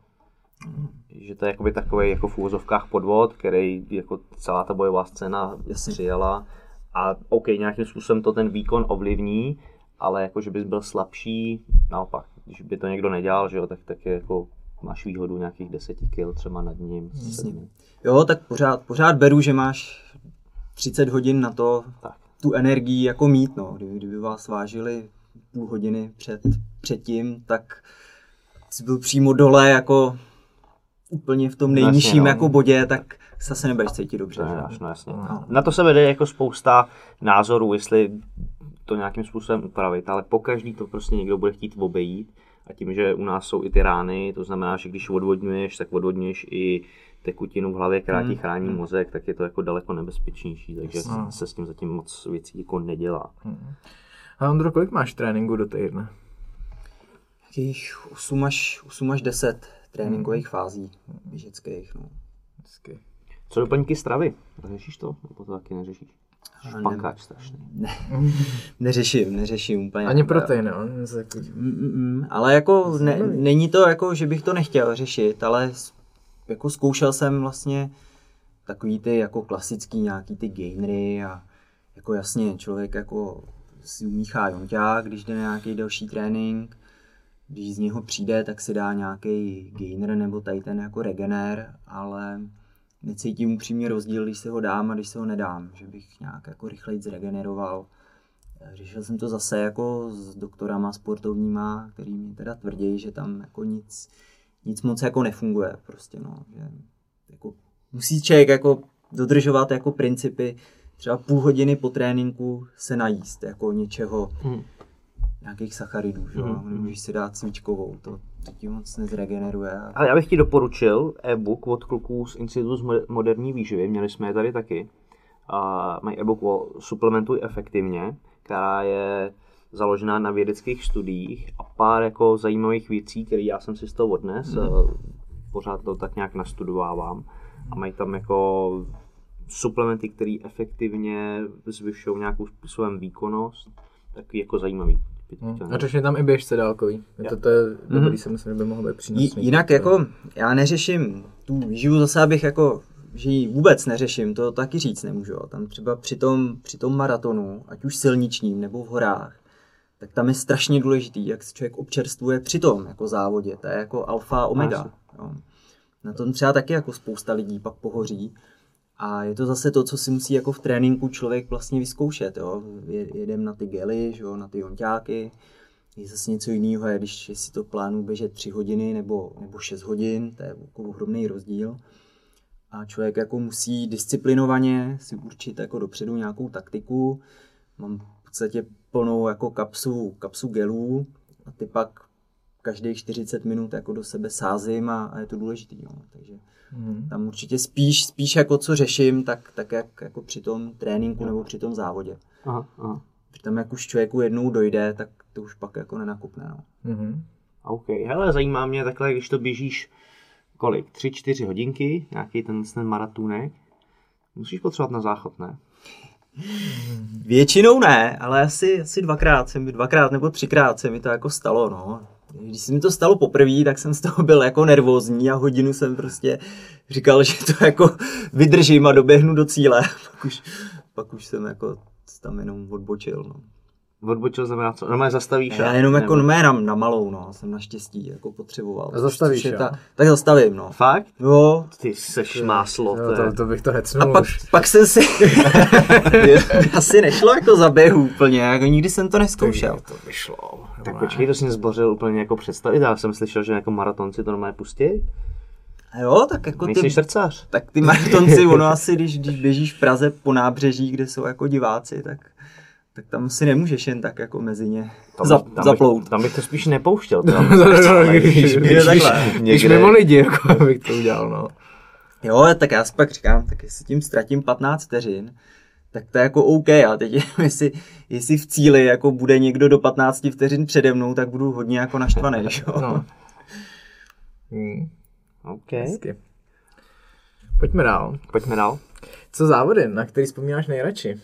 Že to je jakoby takový jako v úvozovkách podvod, který jako celá ta bojová scéna přijala a OK, nějakým způsobem to ten výkon ovlivní, ale jako, že bys byl slabší, naopak, když by to někdo nedělal, že jo, tak je jako máš výhodu nějakých 10 kg třeba nad ním. Jo, tak pořád beru, že máš 30 hodin na to tu energii jako mít, no. Kdyby vás vážili půl hodiny předtím, tak jsi byl přímo dole jako úplně v tom nejnižším jako bodě, tak se asi nebudeš cítit dobře. No, jasně. Na to se vede jako spousta názorů, jestli to nějakým způsobem upravit, ale pokaždý to prostě někdo bude chtít obejít A tím, že u nás jsou i ty rány, to znamená, že když odvodňuješ, tak odvodňuješ i tekutinu v hlavě, která ti chrání mozek, tak je to jako daleko nebezpečnější, takže se s tím zatím moc věcí jako nedělá. A Ondro, kolik máš tréninku do týdne? Jakých 8 až 10 tréninkových fází běžeckých. No. Co doplňky stravy? Řešíš to? Nebo to taky neřešíš? Špankáč strašný. Ne, neřeším úplně. Ani protein, jo? Ale jako není to jako, že bych to nechtěl řešit, ale jako zkoušel jsem vlastně takový ty jako klasický nějaký ty gainery a jako jasně člověk jako si umíchá jonťák, když jde na nějaký další trénink. Když z něho přijde, tak si dá nějaký gainer nebo tady ten jako regenér, ale necítím upřímně rozdíl, když se ho dám a když se ho nedám, že bych nějak jako rychleji zregeneroval. Řešil jsem to zase jako s doktorama sportovníma, který mi teda tvrdí, že tam jako nic moc jako nefunguje prostě, no, že jako musí člověk jako dodržovat jako principy, třeba půl hodiny po tréninku se najíst jako něčeho, nějakých sacharidů, že? Nemůžeš si dát cvičkovou, to ti moc nezregeneruje. Ale já bych ti doporučil e-book od kluků z Institutu moderní výživy, měli jsme je tady taky. Mají e-book o suplementuj efektivně, která je založená na vědeckých studiích a pár jako zajímavých věcí, které já jsem si z toho odnes, pořád to tak nějak nastudovávám a mají tam jako suplementy, které efektivně zvyšují nějakou způsobem výkonnost, takový jako zajímavý. A řeším tam i běžce dálkový. To je dobrý, si myslím, že by mohlo být přínosný. Jinak jako já neřeším tu výživu zase, abych jako, že ji vůbec neřeším, to taky říct nemůžu. Tam třeba při tom maratonu, ať už silničním nebo v horách, tak tam je strašně důležitý, jak se člověk občerstvuje při tom jako závodě. To je jako alfa omega. Jo. Na tom třeba taky jako spousta lidí pak pohoří. A je to zase to, co si musí jako v tréninku člověk vlastně vyzkoušet. Jo. Jedem na ty gely, jo, na ty jonťáky. Je zase něco jiného, když si to plánu běžet 3 hodiny nebo 6 hodin, to je jako ohromný rozdíl. A člověk jako musí disciplinovaně si určit jako dopředu nějakou taktiku. Mám v podstatě plnou jako kapsu gelů a ty pak každých 40 minut jako do sebe sázím a je to důležitý. Jo. Takže tam určitě spíš jako co řeším, tak jak jako při tom tréninku nebo při tom závodě. Aha. Tam jak už člověku jednou dojde, tak to už pak jako nenakupne. No. OK, hele, zajímá mě takhle, když to běžíš kolik? 3-4 hodinky, nějaký ten maratonek, musíš potřebovat na záchod, ne? Většinou ne, ale asi dvakrát nebo 3krát se mi to jako stalo, no. Když se mi to stalo poprvé, tak jsem z toho byl jako nervózní a hodinu jsem prostě říkal, že to jako vydržím a doběhnu do cíle. Pak už jsem jako tam jenom odbočil, no. Odbočil znamená co? Normálně zastavíš? Já jenom jako na malou, no. Jsem naštěstí jako potřeboval. A zastavíš, jo? Tak zastavím, no. Fakt? Jo. Ty seš máslo. To bych to hecnul. A pak jsem si... asi nešlo jako za běhu úplně, jako nikdy jsem to neskoušel. To vyšlo. Tak počkej, to jsi mě zbořil úplně jako představit, já jsem slyšel, že jako maratonci to normálně pustí. Jo, tak jako nejsi srdcař. Tak ty maratonci, ono asi, když běžíš v Praze po nábřeží, kde jsou jako diváci, tak tam si nemůžeš jen tak jako mezi ně zaplout. Tam bych to spíš nepouštěl. Když mimo lidi, jako bych to udělal, no. Jo, tak já si pak říkám, tak jestli tím ztratím 15 vteřin, tak to je jako OK. A teď jestli v cíli jako bude někdo do 15 vteřin přede mnou, tak budu hodně jako naštvaný, jo. No. OK. Hezky. Pojďme dál. Co závody, na který vzpomínáš nejradši?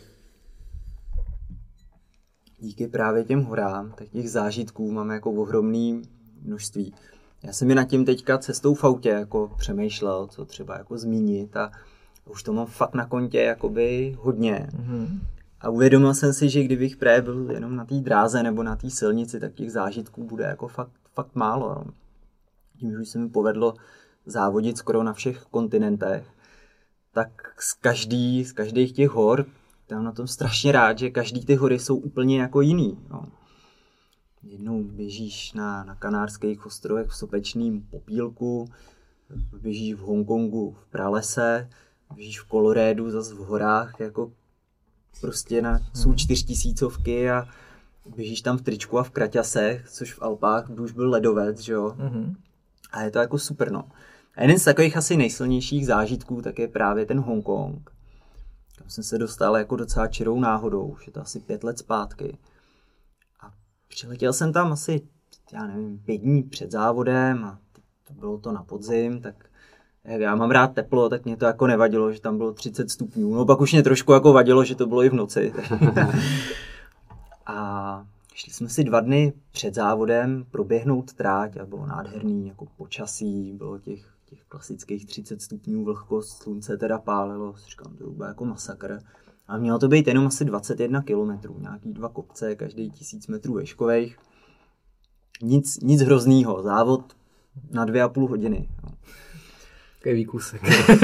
Díky právě těm horám, tak těch zážitků máme jako ohromný množství. Já jsem mi nad tím teďka cestou v autě jako přemýšlel, co třeba jako zmínit a už to mám fakt na kontě jakoby hodně. A uvědomil jsem si, že kdybych právě byl jenom na té dráze nebo na té silnici, tak těch zážitků bude jako fakt málo. No. Tím, že už se mi povedlo závodit skoro na všech kontinentech, tak z každých těch hor, tam na tom strašně rád, že každý ty hory jsou úplně jako jiný. No. Jednou běžíš na Kanárských ostrovech v sopečným popílku, běžíš v Hongkongu v pralese, běžíš v Kolorédu zase v horách, jako prostě jsou 4000 a běžíš tam v tričku a v kraťasech, což v Alpách by už byl ledovec, že jo. A je to jako super, no. A jeden z takových asi nejsilnějších zážitků tak je právě ten Hongkong. Tam jsem se dostal jako docela čirou náhodou, už je to asi 5 let zpátky. A přiletěl jsem tam asi, já nevím, 5 dní před závodem a bylo to na podzim, tak jak já mám rád teplo, tak mě to jako nevadilo, že tam bylo 30 stupňů. No pak už mě trošku jako vadilo, že to bylo i v noci. A šli jsme si 2 dny před závodem proběhnout tráť a bylo nádherný jako počasí, bylo těch klasických 30 stupňů vlhkost, slunce teda pálilo, říkám, to bylo jako masakr. A mělo to být jenom asi 21 kilometrů, nějaký 2 kopce, každý 1000 metrů veškovejch. Nic hroznýho, závod na 2,5 hodiny. No. Takový výkusek.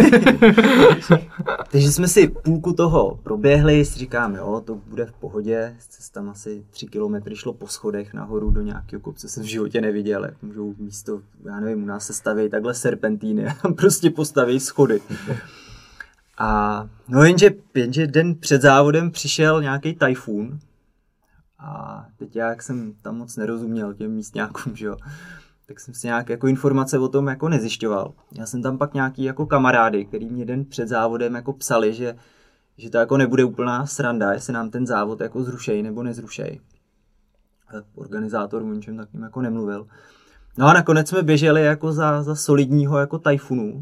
Takže jsme si půlku toho proběhli, si říkám, jo, to bude v pohodě. Tam asi 3 kilometry šlo po schodech nahoru do nějakého kopce, jsem v životě neviděl. Jak můžou místo, já nevím, u nás se staví takhle serpentíny a tam prostě postaví schody. A no jenže den před závodem přišel nějaký tajfun. A teď já, jak jsem tam moc nerozuměl těm místňákům, že jo, tak jsem si nějak jako informace o tom jako nezjišťoval. Já jsem tam pak nějaký jako kamarády, který mě den před závodem jako psali, že to jako nebude úplná sranda, jestli nám ten závod jako zrušej nebo nezrušej. Organizátor o ničem takým jako nemluvil. No a nakonec jsme běželi jako za solidního jako tajfunu,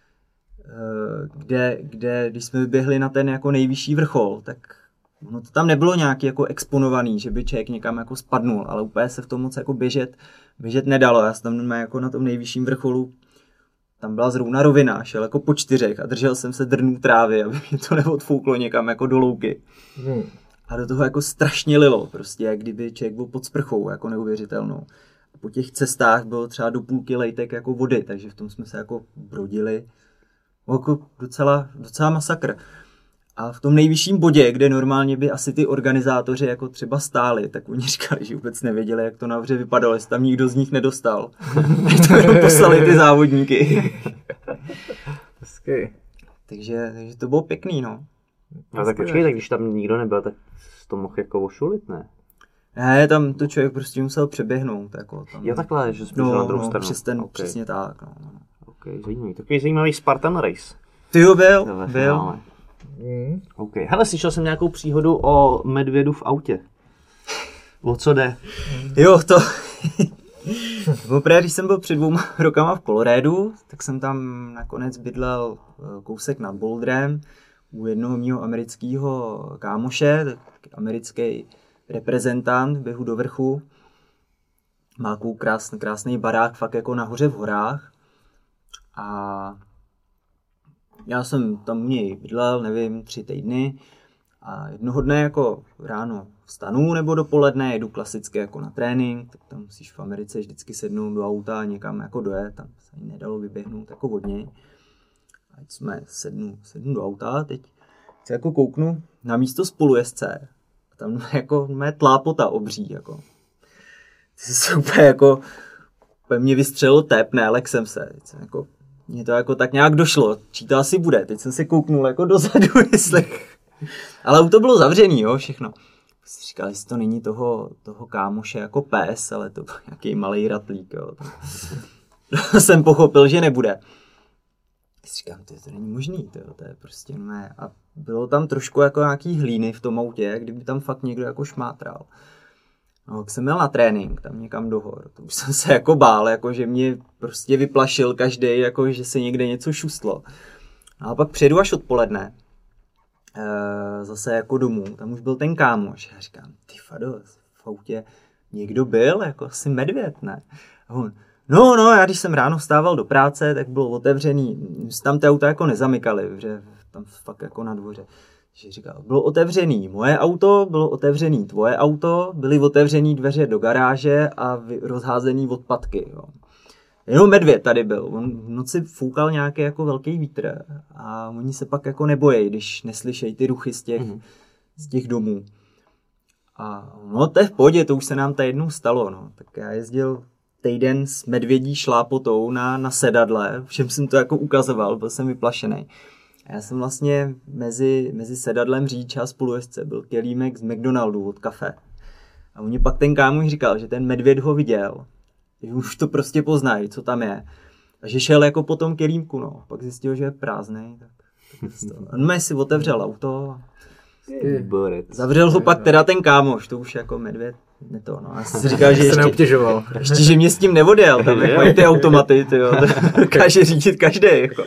kde když jsme vyběhli na ten jako nejvyšší vrchol, tak no to tam nebylo nějaký jako exponovaný, že by člověk někam jako spadnul, ale úplně se v tom moc jako běžet nedalo. Já jsem tam jako na tom nejvyšším vrcholu, tam byla zrovna rovina, šel jako po 4 a držel jsem se drnů trávy, aby mě to neodfouklo někam jako do louky. A do toho jako strašně lilo, prostě jak kdyby člověk byl pod sprchou, jako neuvěřitelnou. A po těch cestách bylo třeba do půlky lejtek jako vody, takže v tom jsme se jako brodili. Jako docela masakr. A v tom nejvyšším bodě, kde normálně by asi ty organizátoři jako třeba stáli, tak oni říkali, že vůbec nevěděli, jak to nahoře vypadalo, jestli tam nikdo z nich nedostal. To jenom poslali ty závodníky. Takže to bylo pěkný, no. No tak počkej, tak když tam nikdo nebyl, tak to mohl jako ošulit, ne? Ne, tam to člověk prostě musel přeběhnout. Jako tam. Jo takhle, že jsi na druhou stranu. Okay. Přesně tak. No. Ok, zajímavý. Takový zajímavý Spartan Race. Ty jo, byl. Ok, hele, slyšel jsem nějakou příhodu o medvědu v autě. O co jde? Jo, to... Poprvé, když jsem byl před 2 rokama v Coloradu, tak jsem tam nakonec bydlel kousek nad Boulderem u jednoho mýho amerického kámoše, americký reprezentant běhu do vrchu. Má takovou krásný barák fakt jako nahoře v horách. A já jsem tam u něj bydlel, nevím, 3 týdny a jednoho dne jako ráno vstanu nebo dopoledne, jedu klasicky jako na trénink, tak tam musíš v Americe vždycky sednout do auta a někam jako dojet, tam se ani nedalo vyběhnout jako od něj. A jsme sednu do auta, teď se jako kouknu na místo spolujezdce a tam jako mé tlápota obří, jako. Ty se úplně jako, mě vystřelil tep, ne, lek jsem se, jako, mně to jako tak nějak došlo, čí to asi bude, teď jsem si kouknul jako dozadu, jestli... Ale auto bylo zavřený, jo, všechno. Si říkal, jestli to není toho kámoše jako pes, ale to byl nějaký malej ratlík, jo. To jsem pochopil, že nebude. Si říkám, to není možný, to je prostě ne. A bylo tam trošku jako nějaký hlíny v tom autě, kdyby tam fakt někdo jako šmátral. No, jak jsem měl na trénink, tam někam do hor, to už jsem se jako bál, jako že mě prostě vyplašil každý, jako že se někde něco šustlo. No a pak přijedu až odpoledne, zase jako domů, tam už byl ten kámoš. Já říkám, ty Fado, v autě někdo byl, jako asi medvěd, ne? A on, no, já když jsem ráno vstával do práce, tak bylo otevřený, tam ty auta jako nezamykaly, že tam fakt jako na dvoře. Že říkal, bylo otevřený moje auto, bylo otevřený tvoje auto, byly otevřený dveře do garáže a rozházený odpadky, jo. Jenom medvěd tady byl, on v noci foukal nějaký jako velký vítr a oni se pak jako nebojí, když neslyšejí ty ruchy z těch domů. A no to je v pohodě, to už se nám tady jednou stalo, no. Tak já jezdil týden s medvědí šlápotou na sedadle, všem jsem to jako ukazoval, byl jsem vyplašený. A já jsem vlastně mezi sedadlem řidiče a spolujezdce byl kelímek z McDonaldu od kafe. A oni pak ten kámoš říkal, že ten medvěd ho viděl, že už to prostě poznají, co tam je. A že šel jako po tom kelímku, no. Pak zjistil, že je prázdnej, tak on si otevřel auto. Zavřel ho pak teda ten kámoš, to už jako medvěd, ne to, no. Já si říkal, že ještě, že mě s tím neodjel, tam jak mají ty automaty, tyjo, to dokáže řídit každý, jako.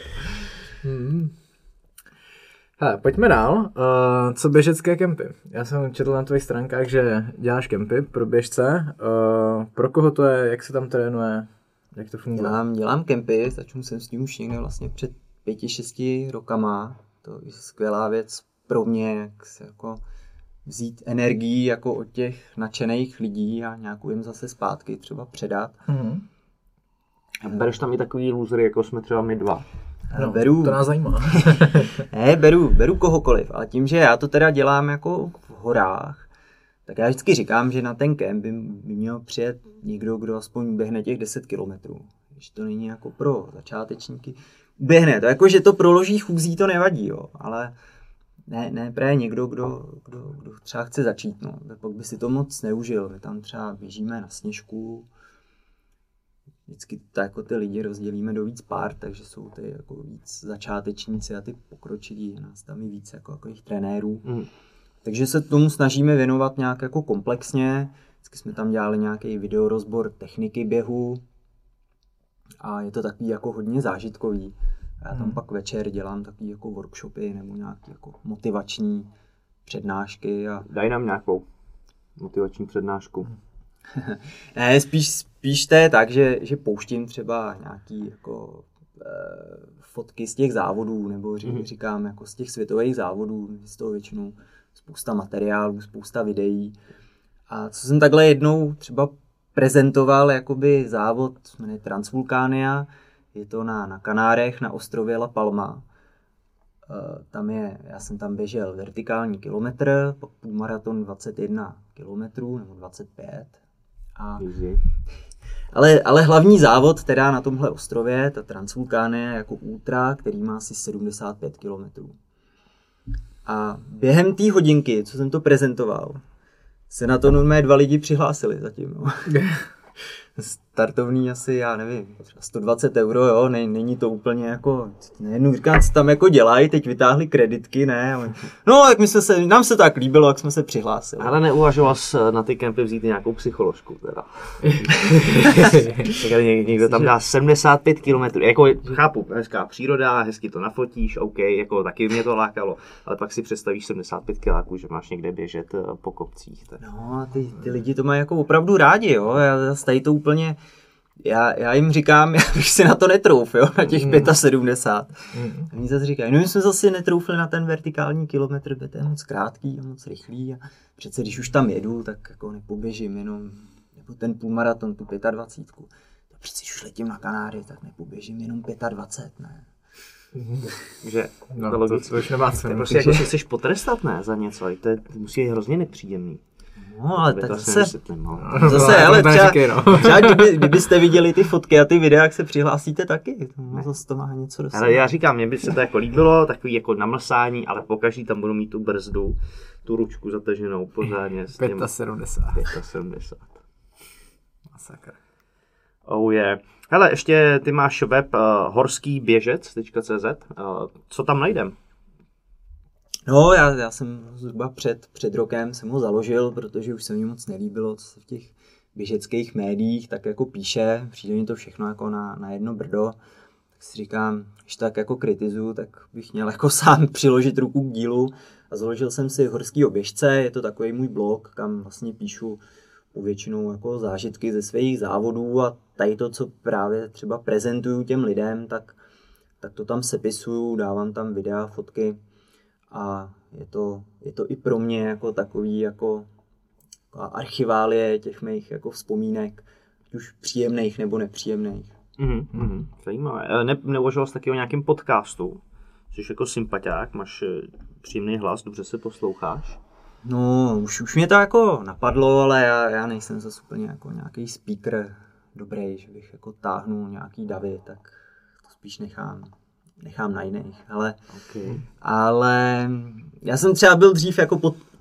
Hele, pojďme dál. Co běžecké kempy? Já jsem četl na tvých stránkách, že děláš kempy pro běžce. Pro koho to je, jak se tam trénuje, jak to funguje? Dělám kempy, začnu jsem s tím už někde vlastně před 5-6 rokama. To je skvělá věc pro mě, jak se jako vzít energii jako od těch nadšených lidí a nějakou jim zase zpátky třeba předat. Bereš tam i takový losery, jako jsme třeba my dva. No, to nás zajímá. Ne, beru kohokoliv, ale tím, že já to teda dělám jako v horách, tak já vždycky říkám, že na ten kemp by měl přijet někdo, kdo aspoň běhne těch 10 kilometrů. Když to není jako pro začátečníky. Běhne to, jako že to proloží chůzí, to nevadí, jo, ale ne právě někdo, kdo třeba chce začít, no. Pak by si to moc neužil, my tam třeba běžíme na sněžku, vždycky jako ty lidi rozdělíme do víc pár, takže jsou ty jako víc začátečníci a ty pokročilí, nás tam i víc jako jich trenérů. Takže se tomu snažíme věnovat nějak jako komplexně. Vždycky jsme tam dělali nějaký videorozbor techniky běhu a je to takový jako hodně zážitkový. Já tam pak večer dělám takový jako workshopy nebo nějaké jako motivační přednášky. Daj nám nějakou motivační přednášku. Ne, spíš to je tak, že pouštím třeba nějaký jako fotky z těch závodů, nebo říkám jako z těch světových závodů, z toho většinou spousta materiálů, spousta videí. A co jsem takhle jednou třeba prezentoval, jakoby závod, jmenuje Transvulcania, je to na Kanárech, na ostrově La Palma. Já jsem tam běžel vertikální kilometr, pak půlmaraton 21 kilometrů nebo 25. Ale hlavní závod teda na tomhle ostrově, ta Transvulcania jako ultra, který má asi 75 kilometrů. A během té hodinky, co jsem to prezentoval, se na to normálně 2 lidi přihlásili zatím. Jo. Startovný asi, já nevím, třeba 120 €, jo, není to úplně jako, nejednou říkám, co tam jako dělají, teď vytáhli kreditky, ne, no, jak nám se tak líbilo, jak jsme se přihlásili. Ale neuvažoval jsi na ty kempy vzít nějakou psycholožku, teda. Někdo tam dá 75 km, jako chápu, hezká příroda, hezky to nafotíš, OK, jako taky mě to lákalo, ale pak si představíš 75 kiláků, že máš někde běžet po kopcích. Tak. No a ty lidi to mají jako opravdu rádi, jo, já tady to úplně, já jim říkám, já bych si na to netrouf, jo, na těch 75. A oni zase říkají, no my jsme zase netroufli na ten vertikální kilometr, protože to je moc krátký a moc rychlý a přece když už tam jedu, tak jako nepoběžím jenom, nebo ten půlmaraton, tu 25. To přece když už letím na Kanáry, tak nepoběžím jenom 25, ne. Že to už nemá cenu. Prostě jako si chceš potrestat, ne, za něco, to musí být hrozně nepříjemný. No, ale tak zase, ale třeba kdybyste viděli ty fotky a ty videa, jak se přihlásíte taky, zase to má něco do sebe. Ale já říkám, mně by se to jako líbilo, takový jako namlsání, ale pokaždý tam budu mít tu brzdu, tu ručku zataženou pořádně. 75. Masakr. Oh yeah. Hele, ještě ty máš web horskýběžec.cz, co tam najdem? No, já jsem zhruba před rokem jsem ho založil, protože už se mi moc nelíbilo, co se v těch běžeckých médiích tak jako píše, přijde mi to všechno jako na jedno brdo, tak si říkám, když tak jako kritizuju, tak bych měl jako sám přiložit ruku k dílu a založil jsem si Horskýho běžce, je to takový můj blog, kam vlastně píšu většinou jako zážitky ze svých závodů a tady to, co právě třeba prezentuju těm lidem, tak to tam sepisuju, dávám tam videa, fotky. A je to i pro mě jako takový jako archiválie těch mých jako vzpomínek, ať už příjemných nebo nepříjemných. Zajímavé. Neuvažoval jsi taky o nějakém podcastu? Jsi jako sympatiák, máš příjemný hlas, dobře se posloucháš? No, už mě to jako napadlo, ale já nejsem zase úplně jako nějaký speaker dobrý, že bych jako táhnul nějaký davy, tak to spíš nechám na jiných, ale já jsem třeba byl dřív jako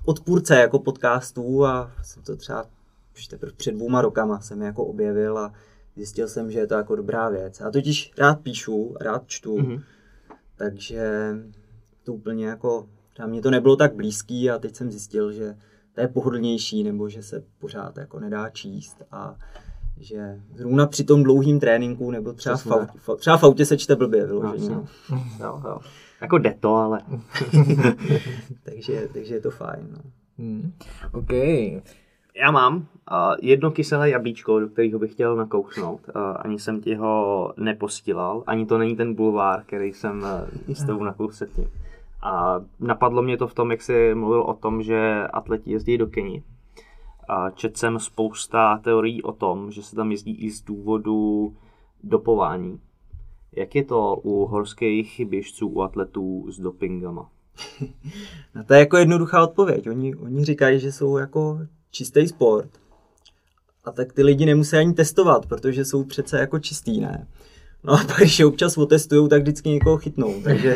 odpůrce jako podcastů a jsem to třeba už teprve před 2 rokama jsem je jako objevil a zjistil jsem, že je to jako dobrá věc. Já totiž rád píšu, rád čtu, takže to úplně jako, třeba mě to nebylo tak blízký a teď jsem zjistil, že to je pohodlnější, nebo že se pořád jako nedá číst a že zrovna při tom dlouhým tréninku, nebo třeba v autě se čte blbě vyloženě. No. Jo. Jako jde to, ale... takže je to fajn. No. OK. Já mám jedno kyselé jablíčko, do kterého bych chtěl nakousnout. Ani jsem ti ho nepostílal, ani to není ten bulvár, který jsem s tebou nakousl. A napadlo mě to v tom, jak jsi mluvil o tom, že atleti jezdí do Keni. Četl jsem spousta teorií o tom, že se tam jezdí i z důvodu dopování. Jak je to u horských běžců, u atletů s dopingama? No to je jako jednoduchá odpověď. Oni říkají, že jsou jako čistý sport. A tak ty lidi nemusí ani testovat, protože jsou přece jako čistý, ne? No a pak, když je občas otestujou, tak vždycky někoho chytnou, takže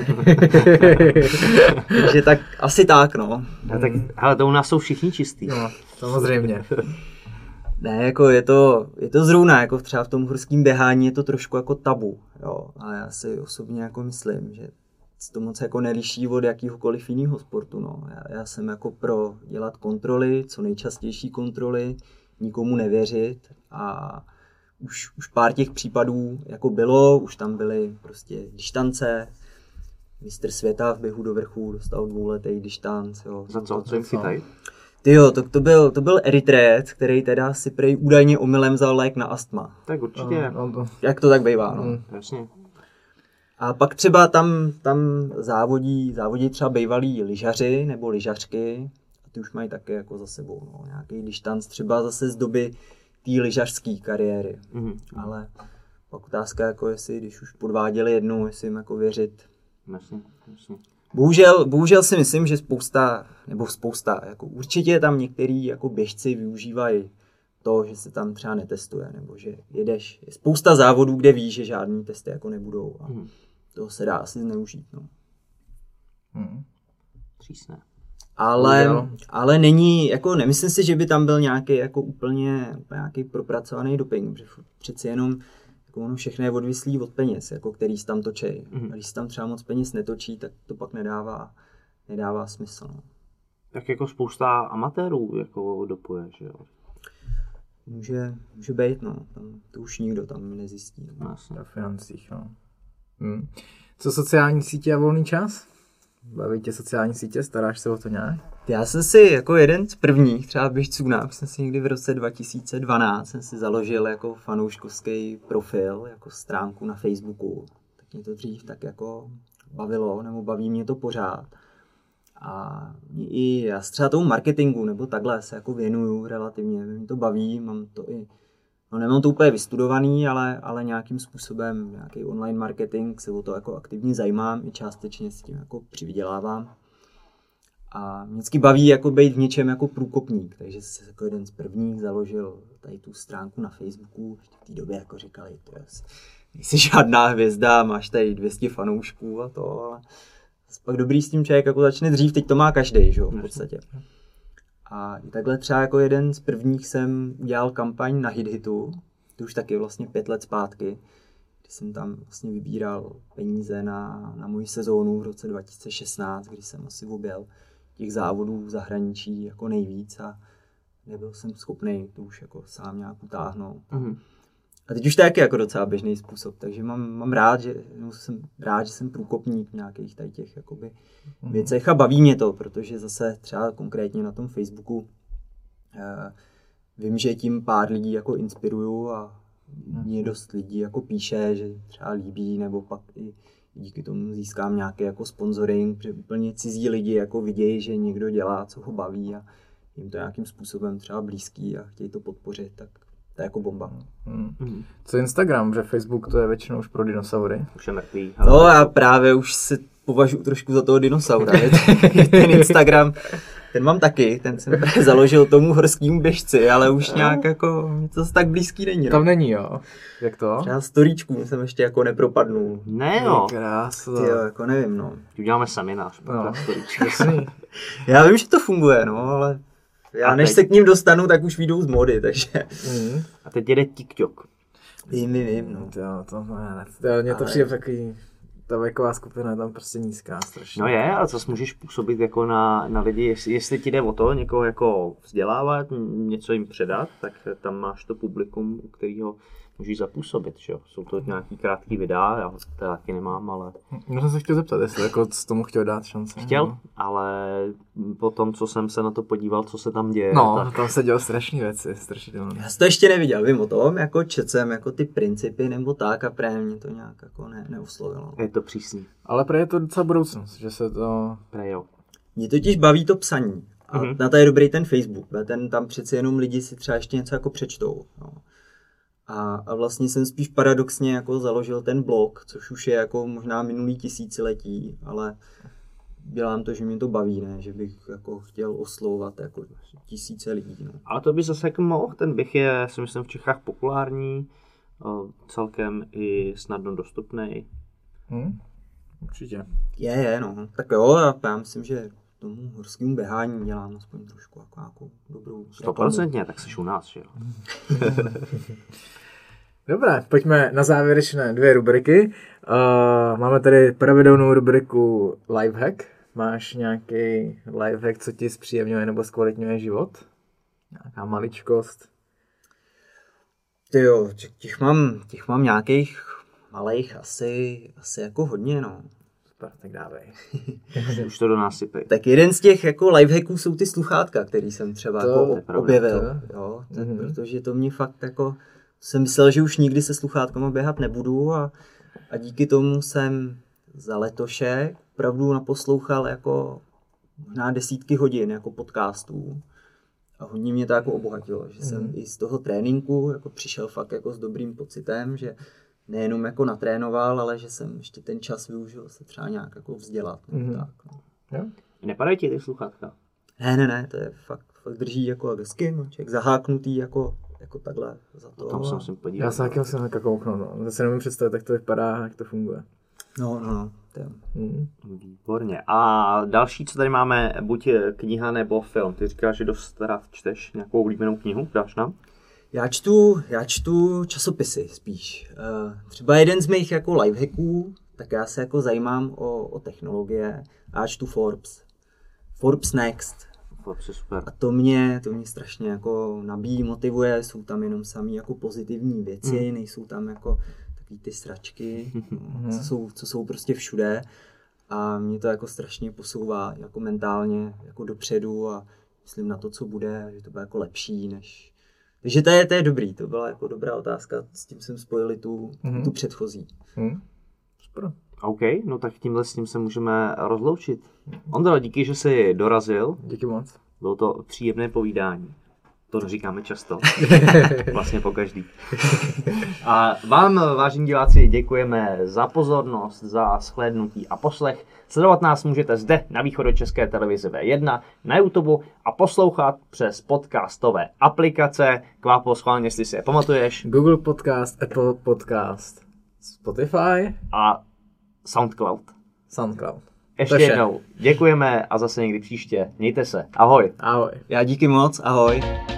tak asi tak, no. Tak, ale to u nás jsou všichni čistý. No, samozřejmě. Ne, jako je to zrovna, jako třeba v tom horském běhání je to trošku jako tabu, jo. Ale já si osobně jako myslím, že se to moc jako neliší od jakýhokoliv jiného sportu, no. Já jsem jako pro dělat kontroly, co nejčastější kontroly, nikomu nevěřit a už pár těch případů jako bylo, už tam byly prostě dištance, mistr světa v běhu do vrchu dostal 2letý dištanc, jo. Za co? Co jim chytají? Tyjo, to byl Eritrejec, který teda si prej údajně omylem vzal lék na astma. Tak určitě. Jak to tak bývá, no. Jasně. A pak třeba tam závodí třeba bývalí lyžaři nebo lyžařky, a ty už mají také jako za sebou, no, nějaký dištanc třeba zase z doby té lyžařské kariéry. Ale pak otázka, jako jestli, když už podváděli jednou, jestli jim jako věřit. Jasně. Bohužel si myslím, že spousta, jako určitě tam některý jako běžci využívají to, že se tam třeba netestuje, nebo že jedeš. Je spousta závodů, kde víš, že žádný testy jako nebudou a toho se dá asi zneužít. No. Přísné. Ale není, jako nemyslím si, že by tam byl nějaký jako úplně nějaký propracovaný doping, protože přeci jenom jako ono všechno je odvislý od peněz, jako který se tam točí. A když se tam třeba moc peněz netočí, tak to pak nedává smysl. No. Tak jako spousta amatérů jako dopuje, že jo? Může být, no. To už nikdo tam nezjistí. No. Na financích, no. Co sociální sítě a volný čas? Baví tě sociální sítě? Staráš se o to nějak? Já jsem si jako jeden z prvních třeba běžců, jsem si někdy v roce 2012 jsem si založil jako fanouškovský profil, jako stránku na Facebooku. Tak mě to dřív tak jako bavilo, nebo baví mě to pořád. A i já třeba tomu marketingu nebo takhle se jako věnuju relativně, mě to baví, mám to i, no nemám to úplně vystudovaný, ale nějakým způsobem, nějaký online marketing, se o to jako aktivně zajímám, i částečně s tím jako přivydělávám. A mě vždycky baví jako být v něčem jako průkopník, takže jsem jako jeden z prvních založil tady tu stránku na Facebooku, v té době jako říkali, to nejsi žádná hvězda, máš tady 200 fanoušků a to, ale pak dobrý s tím člověk jako začne dřív, teď to má každej, že jo, v podstatě. A i takhle třeba jako jeden z prvních jsem udělal kampaň na HitHitu, to už taky vlastně 5 let zpátky, kdy jsem tam vlastně vybíral peníze na moji sezónu v roce 2016, kdy jsem asi objel těch závodů v zahraničí jako nejvíc a nebyl jsem schopný to už jako sám nějak utáhnout. A teď už to je jako docela běžný způsob, takže jsem rád, že jsem průkopník v nějakých tady těch jakoby věcech a baví mě to, protože zase třeba konkrétně na tom Facebooku vím, že tím pár lidí jako inspiruju a mě dost lidí jako píše, že třeba líbí, nebo pak i díky tomu získám nějaký jako sponsoring, protože úplně cizí lidi jako vidějí, že někdo dělá, co ho baví a jim to nějakým způsobem třeba blízký a chtějí to podpořit, tak to je jako bomba. Co Instagram, že Facebook to je většinou už pro dinosaury? Už je mrtvý. No já právě už se považuji trošku za toho dinosaura. Ten ten mám taky, ten jsem založil tomu horskému běžci, ale už nějak jako, to tak blízký není. Tam není, jo. Jak to? Třeba storíčku jsem ještě jako nepropadnul. Ne jo. Krásno. Ty jo, jako nevím, no. Uděláme seminář. No, Storíčka. jasný. Já vím, že to funguje, no, ale já než se k ním dostanu, tak už vyjdou z mody, takže... A teď jede TikTok. Vím, no. Mně to přijde takový, ta věková skupina je tam prostě nízká strašně. No je, ale co můžeš působit jako na lidi, jestli ti jde o to někoho jako vzdělávat, něco jim předat, tak tam máš to publikum, u kterého můžeš zapůsobit, že jo. Jsou to nějaký krátký videa, já ho taky nemám, ale... No jsem se chtěl zeptat, jestli jako s tomu chtěl dát šanci. Chtěl, ale po tom, co jsem se na to podíval, co se tam děje, no, tak... tam se dělou strašné věci, strašidelné. Já to ještě neviděl, vím o tom, jako četcem, jako ty principy nebo tak a prý mě to nějak jako neoslovilo. Je to přísný. Ale prý je to docela budoucnost, že se to... Prej jo. Mě totiž baví to psaní. A na to je dobrý ten Facebook, ten tam přeci jenom lidi si třeba ještě něco jako přečtou. No. A vlastně jsem spíš paradoxně jako založil ten blog, což už je jako možná minulý tisíciletí, ale dělám to, že mě to baví, ne? Že bych jako chtěl oslovovat jako tisíce lidí. No. Ale to by zase jako mohl, ten běh je, si myslím, v Čechách populární, celkem i snadno dostupný. Určitě. Je, no. Tak jo, a já myslím, že tomu horskému běhání dělám aspoň trošku jako dobrou 100%, tak jsi u nás, že jo. Dobré, pojďme na závěrečné 2 rubriky. Máme tady pravidelnou rubriku Lifehack. Máš nějaký lifehack, co ti zpříjemňuje nebo zkvalitňuje život? Nějaká maličkost? Tyjo, těch mám nějakých malých asi jako hodně, no. Super, tak dávej. Už to do nás sypej. Tak jeden z těch jako lifehacků jsou ty sluchátka, který jsem třeba jako objevil. Jo, protože to mě fakt jako, jsem myslel, že už nikdy se sluchátkama běhat nebudu a díky tomu jsem za letošek opravdu naposlouchal jako možná desítky hodin jako podcastů a hodně mě to jako obohatilo, že jsem i z toho tréninku jako přišel fakt jako s dobrým pocitem, že nejenom jako natrénoval, ale že jsem ještě ten čas využil se třeba nějak jako vzdělat. Tak, no. Jo? Nepadají ti ty sluchátka? Ne, to je fakt drží jako hezky, no, člověk zaháknutý jako takhle za to. Tam jsem si podíval. Já se taky musím jako kouknout, no. Zase nemůžu představit, jak to vypadá, jak to funguje. No. Výborně. A další, co tady máme, buď kniha nebo film. Ty říkáš, že dost rád čteš nějakou oblíbenou knihu, dáš nám? Já čtu časopisy spíš. Třeba jeden z mých jako lifehacků, tak já se jako zajímám o technologie a já čtu Forbes Next. Forbes je super. A to mě strašně jako nabíjí, motivuje, jsou tam jenom samý jako pozitivní věci, nejsou tam jako takový ty sračky, co jsou prostě všude a mě to jako strašně posouvá jako mentálně jako dopředu a myslím na to, co bude, že to bude jako lepší než... Takže to je dobrý, to byla jako dobrá otázka, s tím jsem spojil tu předchozí. Super. OK, no tak tímhle s tím se můžeme rozloučit. Ondro, díky, že jsi dorazil. Díky moc. Bylo to příjemné povídání. To říkáme často. Vlastně pokaždý. A vám, vážení diváci, děkujeme za pozornost, za shlédnutí a poslech. Sledovat nás můžete zde na Východočeské televizi V1, na YouTube a poslouchat přes podcastové aplikace. Kvápo, schválně, jestli si je pamatuješ. Google Podcast, Apple Podcast, Spotify a SoundCloud. Ještě jednou děkujeme a zase někdy příště. Mějte se. Ahoj. Ahoj. Já díky moc, ahoj.